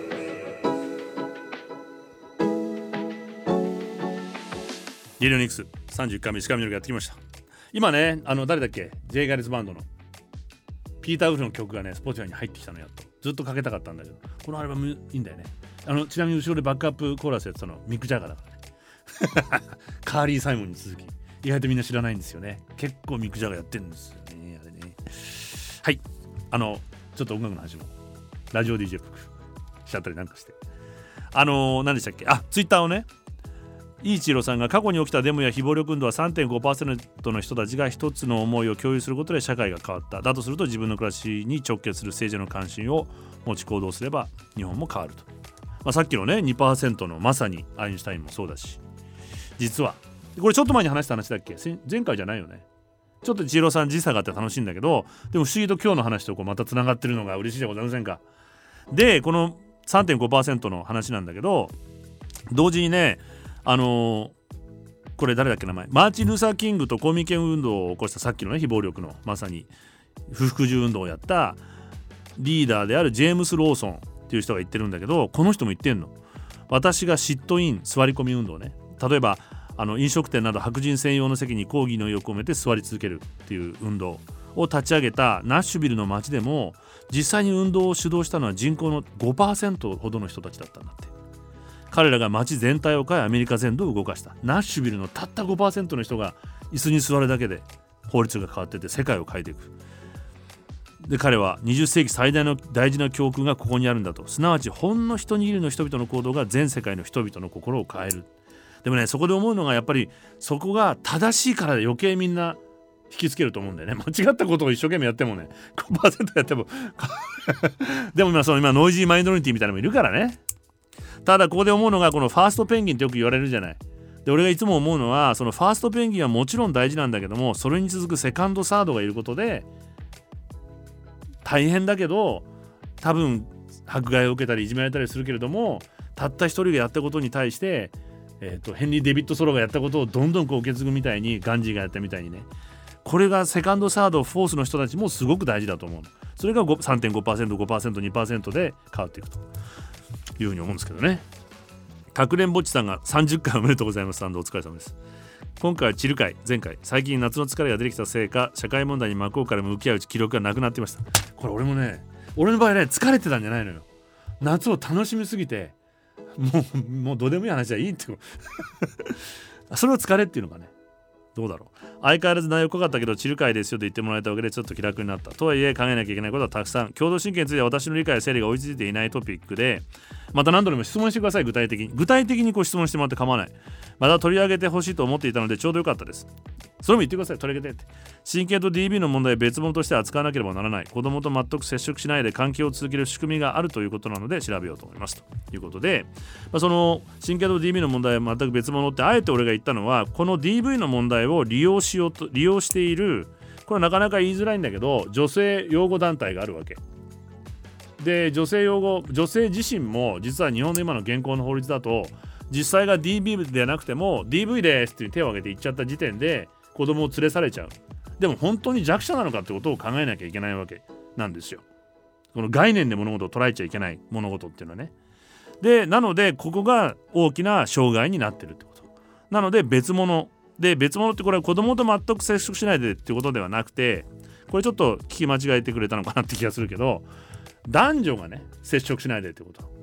レディオニクスさんじゅういっかいめ石上がやってきました。今ね、あの誰だっけ J ガールズバンドのピーター・ウルフの曲がね Spotify に入ってきたのやっと。ずっとかけたかったんだけど、このアルバムいいんだよね。あのちなみに後ろでバックアップコーラスやってたのミック・ジャガーだからねカーリー・サイモンに続き、意外とみんな知らないんですよね。結構ミック・ジャガーやってるんですよね、あれね。はい、あのちょっと音楽の話もラジオ ディージェー っぽくしちゃったりなんかして、あのー、何でしたっけ、あ、ツイッターをね、イーチローさんが過去に起きたデモや非暴力運動は さんてんごパーセント の人たちが一つの思いを共有することで社会が変わった。だとすると自分の暮らしに直結する政治の関心を持ち行動すれば日本も変わると。まあ、さっきのね にパーセント のまさにアインシュタインもそうだし、実はこれちょっと前に話した話だっけ、前回じゃないよね。ちょっとイチローさん時差があって楽しいんだけど、でも不思議と今日の話とこうまたつながってるのが嬉しいじゃございませんか。でこの さんてんごパーセント の話なんだけど、同時にね、あのーこれ誰だっけ名前、マーチン・ルーサー・キングと公民権運動を起こしたさっきのね非暴力のまさに不服従運動をやったリーダーであるジェームス・ローソンっていう人が言ってるんだけど、この人も言ってんの。私がシットイン座り込み運動ね、例えばあの飲食店など白人専用の席に抗議の意を込めて座り続けるっていう運動を立ち上げたナッシュビルの街でも、実際に運動を主導したのは人口の ごパーセント ほどの人たちだったんだって。彼らが街全体を変えアメリカ全土を動かした。ナッシュビルのたった ごパーセント の人が椅子に座るだけで法律が変わってて世界を変えていく。で彼はにじゅっ世紀最大の大事な教訓がここにあるんだと、すなわちほんの一握りの人々の行動が全世界の人々の心を変える。でもね、そこで思うのがやっぱりそこが正しいから余計みんな引きつけると思うんだよね。間違ったことを一生懸命やってもね ごパーセント やってもでも今その今ノイジーマイノリティみたいなのもいるからね。ただここで思うのが、このファーストペンギンってよく言われるじゃない。で俺がいつも思うのは、そのファーストペンギンはもちろん大事なんだけども、それに続くセカンドサードがいることで大変だけど、多分迫害を受けたりいじめられたりするけれども、たった一人がやったことに対して、えーと、ヘンリー・デビッド・ソロがやったことをどんどんこう受け継ぐみたいに、ガンジーがやったみたいにね、これがセカンドサードフォースの人たちもすごく大事だと思う。それが さんてんごパーセント、ごパーセント、にパーセント で変わっていくというふうに思うんですけどね。かくれんぼっちさんがさんじゅっかいおめでとうございます。お疲れ様です。今回はチル会、前回最近夏の疲れが出てきたせいか、社会問題に真っ向から向き合う記録がなくなっていました。これ俺もね、俺の場合ね、疲れてたんじゃないのよ。夏を楽しみすぎてもうもうどうでもいい話はいいってそれを疲れっていうのかね、どうだろう。相変わらず内容濃かったけどチル会ですよと言ってもらえたわけでちょっと気楽になった。とはいえ考えなきゃいけないことはたくさん。共同親権については私の理解や整理が追いついていないトピックで、また何度でも質問してください。具体的に具体的にこう質問してもらって構わない。また取り上げてほしいと思っていたのでちょうどよかったです。それも言ってください。取り上げてって。親権と ディービー の問題は別物として扱わなければならない。子供と全く接触しないで関係を続ける仕組みがあるということなので調べようと思いますということで、まあ、その親権と ディービー の問題は全く別物ってあえて俺が言ったのは、この ディーブイ の問題を利用しようと利用している、これはなかなか言いづらいんだけど女性擁護団体があるわけで、女性擁護女性自身も実は日本の今の現行の法律だと、実際が ディービー ではなくても ディーブイ ですって手を挙げて言っちゃった時点で子供を連れ去れちゃう。でも本当に弱者なのかってことを考えなきゃいけないわけなんですよ。この概念で物事を捉えちゃいけない物事っていうのはね。でなのでここが大きな障害になってるってことなので、別物で別物ってこれは子供と全く接触しないでってことではなくて、これちょっと聞き間違えてくれたのかなって気がするけど、男女がね接触しないでってこと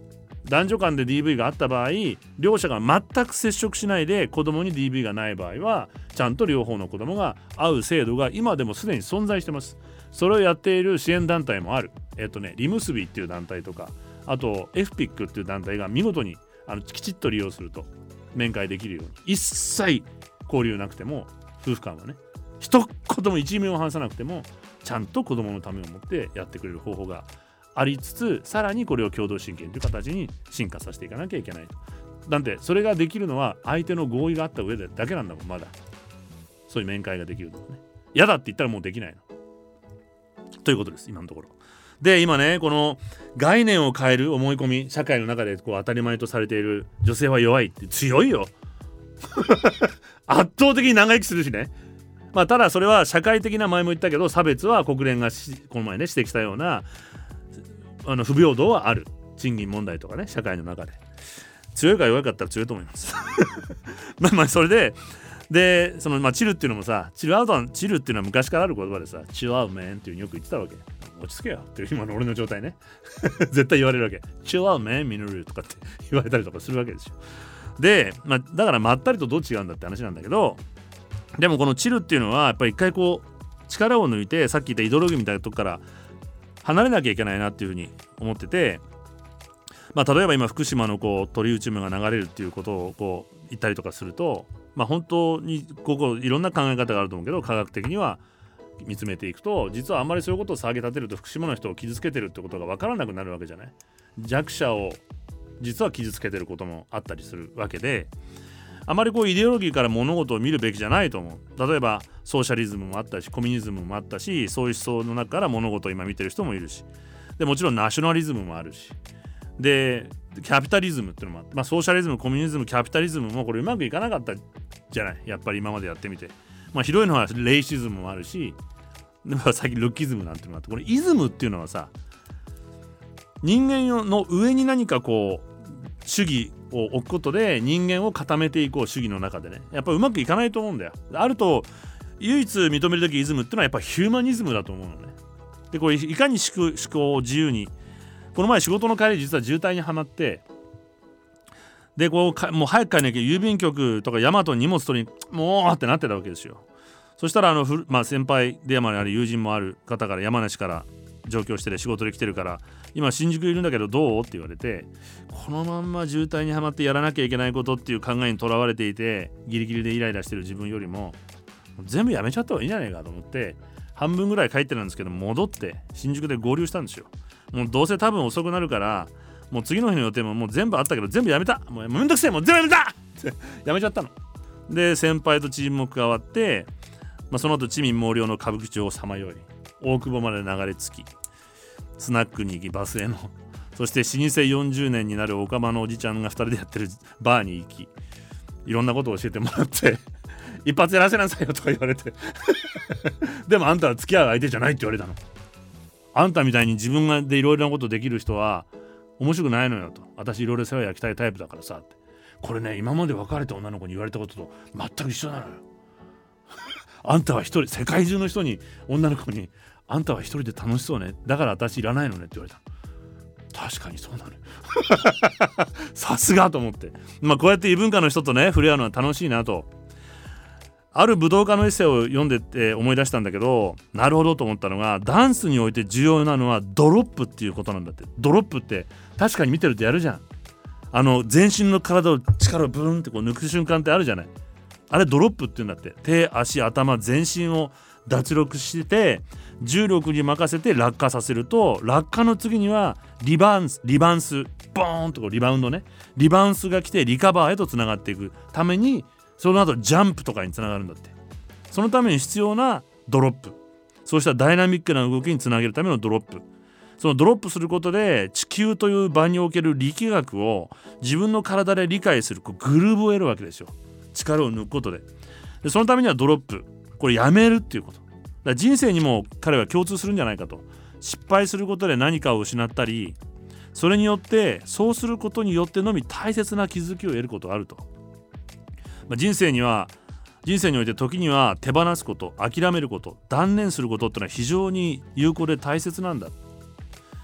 男女間で ディーブイ があった場合、両者が全く接触しないで子供に ディーブイ がない場合はちゃんと両方の子供が会う制度が今でもすでに存在してます。それをやっている支援団体もある。えっとねリムスビっていう団体とか、あと エフピック っていう団体が見事にあのきちっと利用すると面会できるように、一切交流なくても夫婦間はね一言も一秒を話さなくてもちゃんと子供のためを持ってやってくれる方法がありつつ、さらにこれを共同親権という形に進化させていかなきゃいけないと。なんでそれができるのは相手の合意があった上でだけなんだもん。まだそういう面会ができるのね。嫌だって言ったらもうできないのということです今のところで。今ねこの概念を変える思い込み、社会の中でこう当たり前とされている女性は弱いって強いよ圧倒的に長生きするしね。まあただそれは社会的な、前も言ったけど差別は国連がこの前ね指摘したようなあの不平等はある。賃金問題とかね、社会の中で強いか弱かったら強いと思いますまあまあそれででそのまあチルっていうのもさ、チルアウトチルっていうのは昔からある言葉でさ、チルアウトメンっていうによく言ってたわけ。落ち着けよっていう今の俺の状態ね絶対言われるわけ。チルアウトメンミノルとかって言われたりとかするわけですよ。で、まあ、だからまったりとどう違うんだって話なんだけど、でもこのチルっていうのはやっぱり一回こう力を抜いて、さっき言ったイデオロギーみたいなとこから離れなきゃいけないなっていうふうに思ってて、まあ、例えば今福島のこうトリウチウムが流れるっていうことをこう言ったりとかすると、まあ、本当にここいろんな考え方があると思うけど、科学的には見つめていくと、実はあんまりそういうことを下げ立てると福島の人を傷つけてるってことが分からなくなるわけじゃない。弱者を実は傷つけてることもあったりするわけで、あまりこうイデオロギーから物事を見るべきじゃないと思う。例えばソーシャリズムもあったし、コミュニズムもあったし、そういう思想の中から物事を今見てる人もいるし、でもちろんナショナリズムもあるし、でキャピタリズムっていうのもあって、まあ、ソーシャリズム、コミュニズム、キャピタリズムもこれうまくいかなかったじゃない、やっぱり今までやってみて。まあ広いのはレイシズムもあるし、でも最近ルッキズムなんていうのがあって、これイズムっていうのはさ、人間の上に何かこう主義を置くことで人間を固めていこう、主義の中でね、やっぱうまくいかないと思うんだよ。あると唯一認めるべきイズムっていうのはやっぱヒューマニズムだと思うのね。でこれいかに思考を自由に、この前仕事の帰り実は渋滞にはまって、でこうかもう早く帰んなきゃ、郵便局とかヤマトに荷物取りにもうってなってたわけですよ。そしたらあの、まあ、先輩でもある友人もある方から山梨から上京してる仕事で来てるから今新宿いるんだけどどうって言われて、このまんま渋滞にはまってやらなきゃいけないことっていう考えにとらわれていてギリギリでイライラしてる自分よりも全部やめちゃった方がいいんじゃないかと思って半分ぐらい帰ってるんですけど戻って新宿で合流したんですよ。もうどうせ多分遅くなるからもう次の日の予定ももう全部あったけど全部やめた、もうめんどくせえもう全部やめたってやめちゃったの。で先輩とチームも加わって、まあ、その後地民毛量の歌舞伎町をさまよい大久保まで流れ着きスナックに行きバスへの、そして老舗よんじゅうねんになるオカマのおじちゃんがふたりでやってるバーに行きいろんなことを教えてもらって一発やらせなさいよとか言われてでもあんたは付き合う相手じゃないって言われたの。あんたみたいに自分がでいろいろなことできる人は面白くないのよと、私いろいろ世話焼きたいタイプだからさって。これね今まで別れた女の子に言われたことと全く一緒なのよあんたは一人、世界中の人に女の子にあんたは一人で楽しそうね、だから私いらないのねって言われた。確かにそうなのよさすがと思って、まあこうやって異文化の人とね触れ合うのは楽しいなと。ある武道家のエッセイを読んでって思い出したんだけど、なるほどと思ったのが、ダンスにおいて重要なのはドロップっていうことなんだって。ドロップって確かに見てるとやるじゃん。あの全身の体を力をブーンってこう抜く瞬間ってあるじゃない。あれドロップっていうんだって。手足頭全身を脱力して重力に任せて落下させると、落下の次にはリバンスリバンスボーンとこうリバウンドね、リバウンスが来てリカバーへとつながっていくために、その後ジャンプとかにつながるんだって。そのために必要なドロップ、そうしたダイナミックな動きにつなげるためのドロップ、そのドロップすることで地球という場における力学を自分の体で理解するこうグルーブを得るわけですよ。力を抜くことで。でそのためにはドロップ、これやめるっていうこと。だから人生にも彼は共通するんじゃないかと。失敗することで何かを失ったり、それによってそうすることによってのみ大切な気づきを得ることがあると。まあ、人生には人生において時には手放すこと、諦めること、断念することってのは非常に有効で大切なんだ。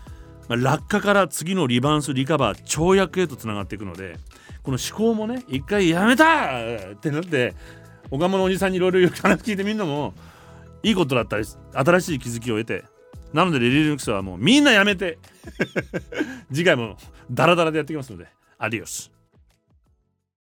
まあ、落下から次のリバウンスリカバー跳躍へとつながっていくので、この思考もね一回やめたってなって岡本のおじさんにいろいろ話聞いてみるのもいいことだったり、新しい気づきを得て、なのでレディーリヌクスはもうみんなやめて次回もダラダラでやっていきますので、アディオス。